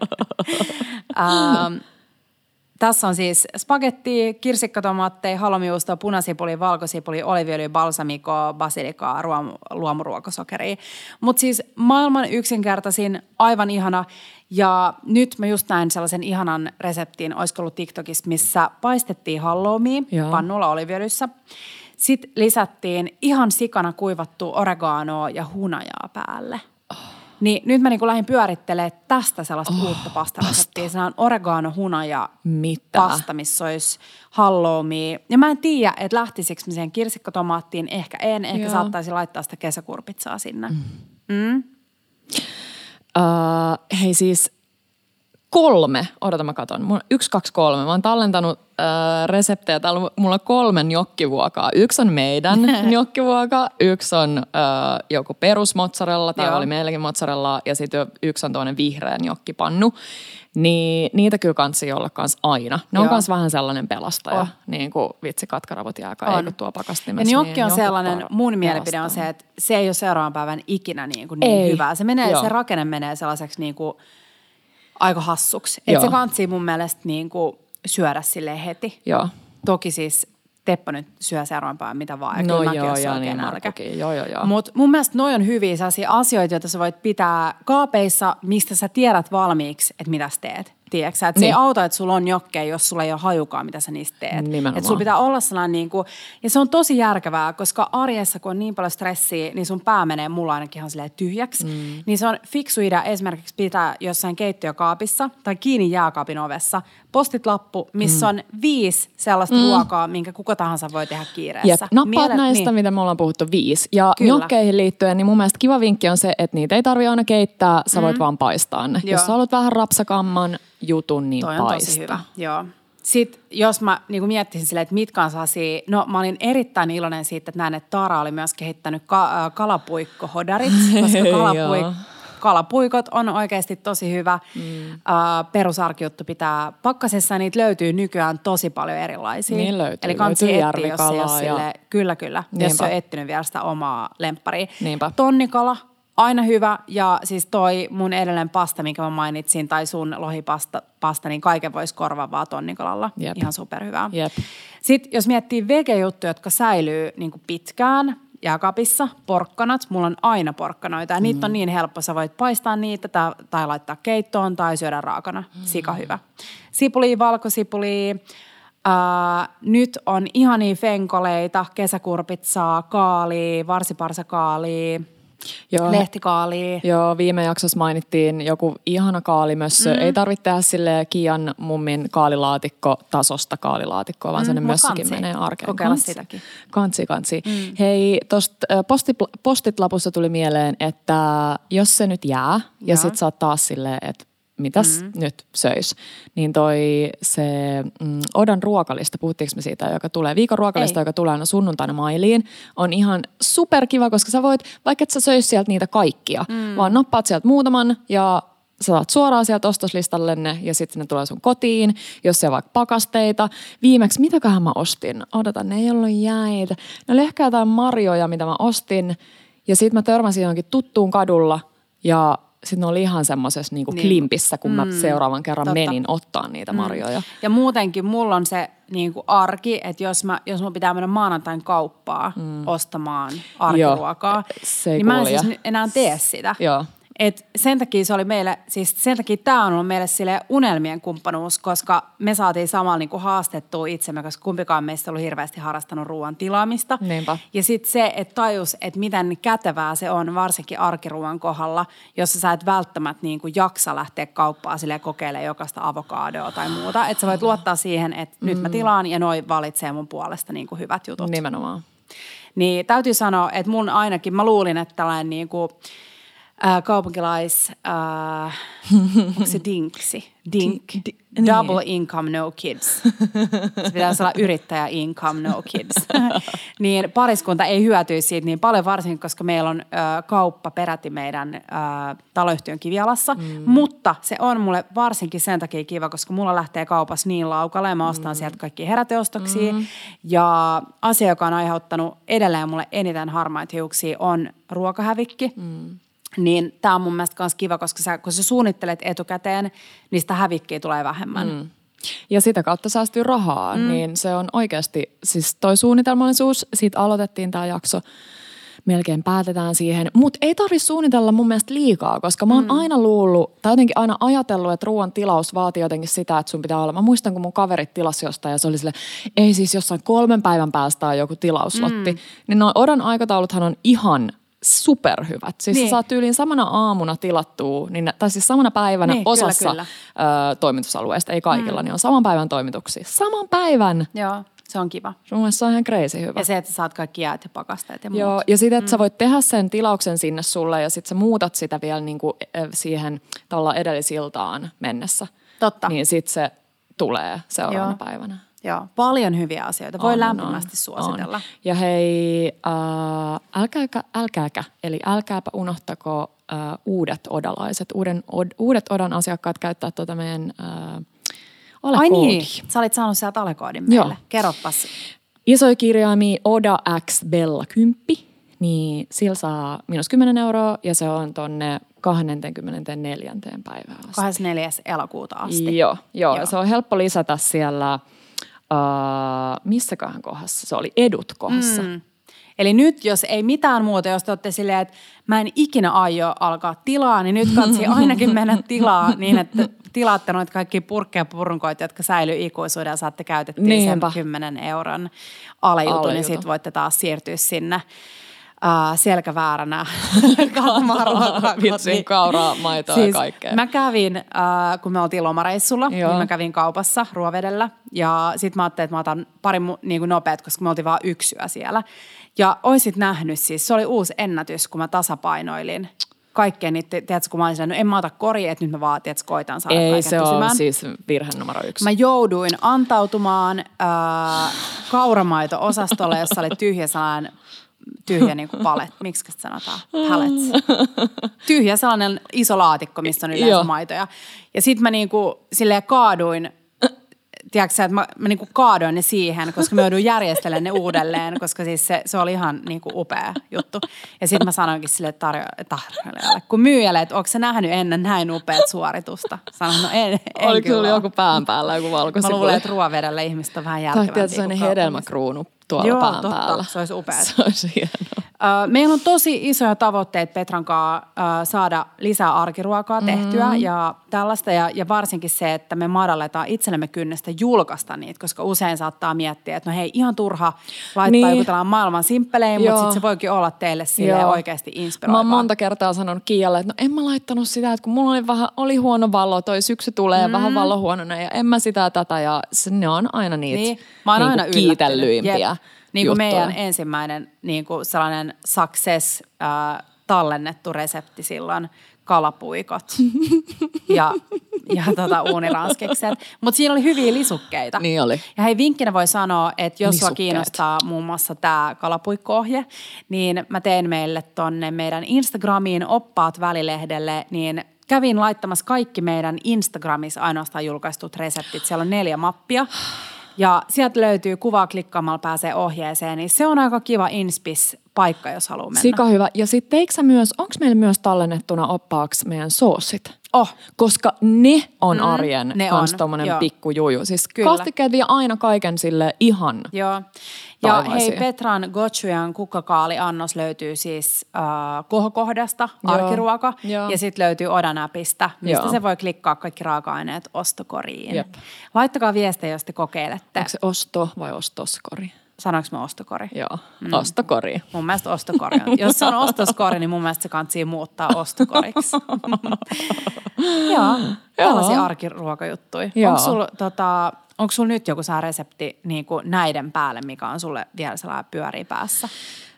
Tässä on siis spagettia, kirsikkatomaatteja, halloumijuustoa, punasipuli, valkosipuli, oliiviöljy, balsamikoa, basilikaa, luomuruokosokeria. Mutta siis maailman yksinkertaisin, aivan ihana. Ja nyt mä just näin sellaisen ihanan reseptin, olisiko ollut TikTokissa, missä paistettiin halloumia pannulla oliiviöljyssä. Sitten lisättiin ihan sikana kuivattua oreganoa ja hunajaa päälle. Niin nyt mä lähdin pyörittelemään tästä sellaista uutta pastareseptiä. Se on oregano, hunaja, pasta, missä olisi halloumia. Ja mä en tiedä, että lähtisikö mä siihen kirsikkatomaattiin. Ehkä en. Ehkä saattaisi laittaa sitä kesäkurpitsaa sinne. Hei siis 3, odota mä katon. 1, 2, 3. Mä oon tallentanut reseptejä. Täällä mulla on 3 njokkivuokaa. 1 on meidän njokkivuoka, 1 on joku perusmozzarella, täällä oli meilläkin mozzarella, ja sitten 1 on toinen vihreä njokkipannu. Niin niitä kyllä kansi olla kans aina. Ne on kans vähän sellainen pelastaja, niin kuin vitsi katkaravut jääkä, ei kun tuo pakastimessa. Ja njokki on sellainen, mun mielipide on se, että se ei ole seuraavan päivän ikinä niin hyvää. Se rakenne menee sellaiseksi niin kuin aika hassuksi. Että se kantsii mun mielestä niin kuin syödä silleen heti. Joo. Toki siis Teppo nyt syö seuraavan päivän mitä vaan. No joo, niin Markkukin. Joo. Mutta mun mielestä noi on hyviä sellaisia asioita, joita sä voit pitää kaapeissa, mistä sä tiedät valmiiksi, että mitä sä teet. Tiedätkö? Että se ei auta, että sulla on jokkeja, jos sulla ei ole hajukaan, mitä sä niistä teet. Että sulla pitää olla sellainen niin kuin, ja se on tosi järkevää, koska arjessa, kun on niin paljon stressiä, niin sun pää menee mulla ainakin ihan silleen tyhjäksi. Niin se on fiksu idea esimerkiksi pitää jossain keittiökaapissa tai kiinni jääkaapin ovessa post-it-lappu, missä on 5 sellaista ruokaa, minkä kuka tahansa voi tehdä kiireessä. Nappaat näistä, mitä me ollaan puhuttu 5. Ja njokkeihin liittyen, niin mun mielestä kiva vinkki on se, että niitä ei tarvitse aina keittää, sä voit vaan paistaa ne. Jos sä haluat vähän rapsakamman jutun, niin paista. Toi on tosi hyvä, joo. Sitten jos mä niin miettisin silleen, että mitkä on sellaisia, no mä olin erittäin iloinen siitä, että näin, että Tara oli myös kehittänyt kalapuikkohodarit, koska kalapuikot on oikeasti tosi hyvä. Perusarkijuttu pitää pakkasessa, niitä löytyy nykyään tosi paljon erilaisia. Niin löytyy. Eli kansi etsiä, jos ei ole sille, kyllä, jos se on etsinyt vielä sitä omaa lempparia. Niinpä. Tonnikala. Aina hyvä, ja siis toi mun edellinen pasta, minkä mä mainitsin, tai sun lohipasta, niin kaiken voisi korvaa vaan tonnikalalla. Jep. Ihan superhyvää. Jep. Sitten jos miettii vege-juttuja, jotka säilyy niin kuin pitkään jääkaapissa, porkkanat, mulla on aina porkkanoita, ja niitä on niin helppo, sä voit paistaa niitä tai laittaa keittoon tai syödä raakana. Sika hyvä. Sipuli, valkosipuli. Nyt on ihania fenkoleita, kesäkurpitsaa, kaalia, varsiparsakaalia. Lehtikaalia. Joo, viime jaksossa mainittiin joku ihana kaalimössö. Ei tarvitse tehdä silleen Kian mummin kaalilaatikko-tasosta kaalilaatikkoa, vaan sellainen mössökin menee arkeen. Kokeilla sitäkin. Kansi. Hei, tosta post-it-lapussa tuli mieleen, että jos se nyt jää ja sit sä oot taas silleen, että mitäs nyt söis, niin se Odan ruokalista, puhuttiinko me siitä, joka tulee, viikon ruokalista, joka tulee aina sunnuntaina mailiin, on ihan superkiva, koska sä voit, vaikka et sä söis sieltä niitä kaikkia, vaan nappaat sieltä muutaman ja sä saat suoraan sieltä ostoslistallenne ja sitten ne tulee sun kotiin, jos se on vaikka pakasteita. Viimeksi, mitäköhän mä ostin? Odotan, ne ei ollut jäitä. Ne oli ehkä jotain marjoja, mitä mä ostin ja sitten mä törmäsin johonkin tuttuun kadulla ja sitten ne oli ihan semmoisessa niinku klimpissä, kun mä seuraavan kerran menin ottaa niitä marjoja. Ja muutenkin mulla on se niinku arki, että jos mun pitää mennä maanantain kauppaan ostamaan arkiruokaa, niin mä en siis enää tee sitä. Joo. Et sen takia se oli meille, siis sen takia tämä on ollut meille sille unelmien kumppanuus, koska me saatiin samalla niin kuin haastettua itsemme, koska kumpikaan meistä ollut hirveästi harrastanut ruoan tilaamista. Niinpä. Ja sitten se, että tajus, että miten kätevää se on varsinkin arkiruoan kohdalla, jossa sä et välttämättä niin kuin jaksa lähteä kauppaan silleen kokeilemaan jokaista avokadoa tai muuta. Että sä voit luottaa siihen, että nyt mä tilaan ja noi valitsee mun puolesta niin kuin hyvät jutut. Nimenomaan. Niin täytyy sanoa, että mun ainakin, mä luulin, että tällainen niin kuin kaupunkilais, onko se dinksi? Double income, no kids. Se pitäisi olla yrittäjä income, no kids. Niin pariskunta ei hyötyisi siitä niin paljon, varsinkin koska meillä on kauppa peräti meidän taloyhtiön kivialassa. Mutta se on mulle varsinkin sen takia kiva, koska mulla lähtee kaupassa niin laukalle ja mä ostan sieltä kaikkia heräteostoksia. Ja asia, joka on aiheuttanut edelleen mulle eniten harmaita hiuksia, on ruokahävikki. Niin tämä on mun mielestä myös kiva, koska kun sä suunnittelet etukäteen, niin sitä hävikkiä tulee vähemmän. Ja sitä kautta säästyy rahaa, niin se on oikeasti, siis toi suunnitelmallisuus, siitä aloitettiin tämä jakso, melkein päätetään siihen, mutta ei tarvitse suunnitella mun mielestä liikaa, koska mä oon aina luullut, tai jotenkin aina ajatellut, että ruoan tilaus vaatii jotenkin sitä, että sun pitää olla. Mä muistan, kun mun kaverit tilasi jostain ja se oli silleen, ei siis jossain 3 päivän päästä on joku tilauslotti, niin nuo odan aikatauluthan on ihan superhyvät. Siis niin. Sä saat tyyliin samana aamuna tilattua, tai siis samana päivänä osassa kyllä. Toimitusalueesta, ei kaikilla, niin on saman päivän toimituksia. Saman päivän! Joo, se on kiva. Mun mielestä se on ihan crazy hyvä. Ja se, että sä saat kaikki jäät ja pakasteet ja muut. Joo, ja sitten, että sä voit tehdä sen tilauksen sinne sulle ja sitten sä muutat sitä vielä niinku siihen tavallaan edellisiltaan mennessä. Totta. Niin sitten se tulee seuraavana päivänä. Joo, paljon hyviä asioita. Voi lämpimästi suositella. On. Ja hei, älkääpä unohtako uudet odalaiset. Uudet odan asiakkaat käyttää tuota meidän alekoodia. Ai niin, sä olit saanut sieltä alekoodin meille. Joo. Kerroppas. Isoja kirjaimia Oda X Bella 10, niin sillä saa -10 € ja se on tonne 24. päivään asti. 24. elokuuta asti. Joo. Se on helppo lisätä siellä... missäköhän kohdassa? Se oli edut kohdassa. Eli nyt, jos ei mitään muuta, jos te olette silleen, että mä en ikinä aio alkaa tilaa, niin nyt katsii ainakin mennä tilaa niin, että tilaatte noita kaikki purkkeja purunkoita, jotka säilyy ikuisuuden ja saatte käytettyä sen 10 € alejutun, niin sitten voitte taas siirtyä sinne selkävääränä katsomaan ruokaa. Vitsin kauraa, maitoa siis ja kaikkea. Mä kävin, kun me oltiin lomareissulla, niin mä kävin kaupassa Ruovedellä. Ja sit mä ajattelin, että mä otan pari niin kuin nopeat, koska me oltiin vaan 1 yö siellä. Ja oisit nähnyt siis, se oli uusi ennätys, kun mä tasapainoilin kaikkea niitä, tiedätkö, kun mä olin silleen, no en mä ota koriin, että nyt mä vaan, tiedätkö, koitan saada kaiken pysymään. Ei, se on siis virhe numero 1. Mä jouduin antautumaan kauramaito-osastolle, jossa oli tyhjä niin kuin palet, miksi sitä sanotaan? Pallets. Tyhjä sellainen iso laatikko, missä on yleensä maitoja. Ja sit mä niin kuin silleen kaaduin, tiedätkö että mä niin kuin kaadoin ne siihen, koska mä joudun järjestelemään ne uudelleen, koska siis se oli ihan niin kuin upea juttu. Ja sit mä sanoinkin sille tarjoilijalle, kun myyjälle, että onko sä nähnyt ennen näin upeat suoritusta? Sanoin, no en Oliko sulla joku pään päällä, joku valkosipuli? Mä luulen, että Ruovedellä ihmiset on vähän järkevämpiä. Tai tietysti sellainen hedelmäkruunu tuolla pään päällä. Se olisi upeaa. Se olisi hienoa. Meillä on tosi isoja tavoitteita Petran kanssa saada lisää arkiruokaa tehtyä ja tällaista. Ja varsinkin se, että me madalletaan itsellemme kynnystä julkaista niitä, koska usein saattaa miettiä, että no hei, ihan turha laittaa joku tällainen maailman simppelein, mutta sitten se voikin olla teille silleen oikeasti inspiroivaa. Mä oon monta kertaa sanonut Kiialle, että no en mä laittanut sitä, että kun mulla oli huono valo, toi syksy tulee vähän valo huonona ja en mä sitä tätä ja ne on aina niitä mä oon aina kiitellyimpiä. Niin kuin meidän ensimmäinen niin kuin sellainen success tallennettu resepti silloin, kalapuikot ja uuniranskikset. Mutta siinä oli hyviä lisukkeita. Niin oli. Ja hei, vinkkinä voi sanoa, että jos sua kiinnostaa muun muassa tämä kalapuikko-ohje, niin mä tein meille tonne meidän Instagramiin oppaat välilehdelle, niin kävin laittamassa kaikki meidän Instagramissa ainoastaan julkaistut reseptit. Siellä on 4 mappia. Ja sieltä löytyy kuvaa klikkaamalla pääsee ohjeeseen, niin se on aika kiva inspis paikka, jos haluaa mennä. Sika hyvä. Ja sitten teikö sä myös, onko meillä myös tallennettuna oppaaksi meidän soosit? Koska ne on arjen kanssa tommonen pikkujuju. Siis kastikkeet vie aina kaiken sille ihan Joo. Ja hei, Petran Gochujan kukkakaaliannos löytyy siis kohokohdasta, arkiruoka. Ja sitten löytyy Oda-näpistä, mistä se voi klikkaa kaikki raaka-aineet ostokoriin. Jep. Laittakaa viestejä, jos te kokeilette. Onko se osto vai ostoskori? Sanoinko mä ostokori? Joo, ostokori. Mun mielestä ostokori on. Jos se on ostoskori, niin mun mielestä se kantsii muuttaa ostokoriksi. Joo, tällaisia arkiruokajuttuja. Onko sulla nyt joku sää resepti niin kuin näiden päälle, mikä on sulle vielä sellainen pyörii päässä?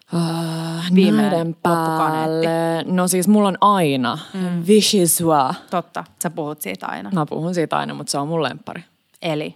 Näiden päälle. No siis mulla on aina vichyssoise. Totta, sä puhut siitä aina. Mä puhun siitä aina, mutta se on mun lemppari. Eli?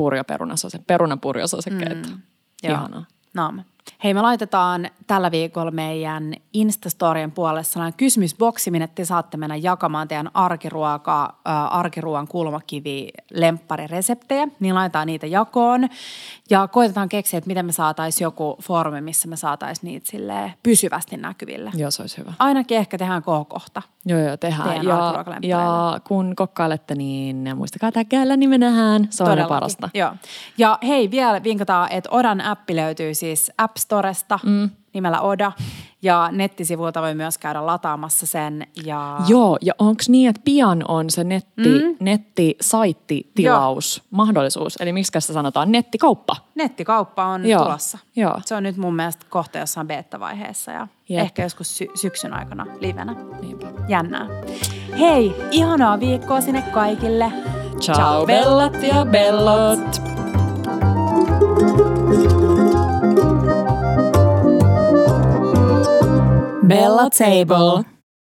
Perunapurjosose. Ihanaa. No. Hei, me laitetaan tällä viikolla meidän Instastorien puolelle sellainen kysymysboksi, minne te saatte mennä jakamaan teidän arkiruoan kulmakivi lempparireseptejä. Niin laitetaan niitä jakoon ja koitetaan keksiä, että miten me saataisiin joku foorumi, missä me saataisiin niitä silleen pysyvästi näkyville. Joo, se olisi hyvä. Ainakin ehkä tehdään kohokohta. Joo, tehdään. Ja kun kokkailette, niin muistakaa tägäällä nimenähän. Se on aina parasta. Joo. Ja hei, vielä vinkataan, että Odan appi löytyy siis App Storesta nimellä Oda. Ja nettisivuilta voi myös käydä lataamassa sen. Joo, ja onko niin, että pian on se nettisaittitilaus mahdollisuus? Eli miksi sitä sanotaan? Nettikauppa. Nettikauppa on tulossa. Joo. Se on nyt mun mielestä kohta jossain beta-vaiheessa ja ehkä joskus syksyn aikana livenä. Niinpä. Jännää. Hei, ihanaa viikkoa sinne kaikille. Ciao bellat ja bellot. Bella Table.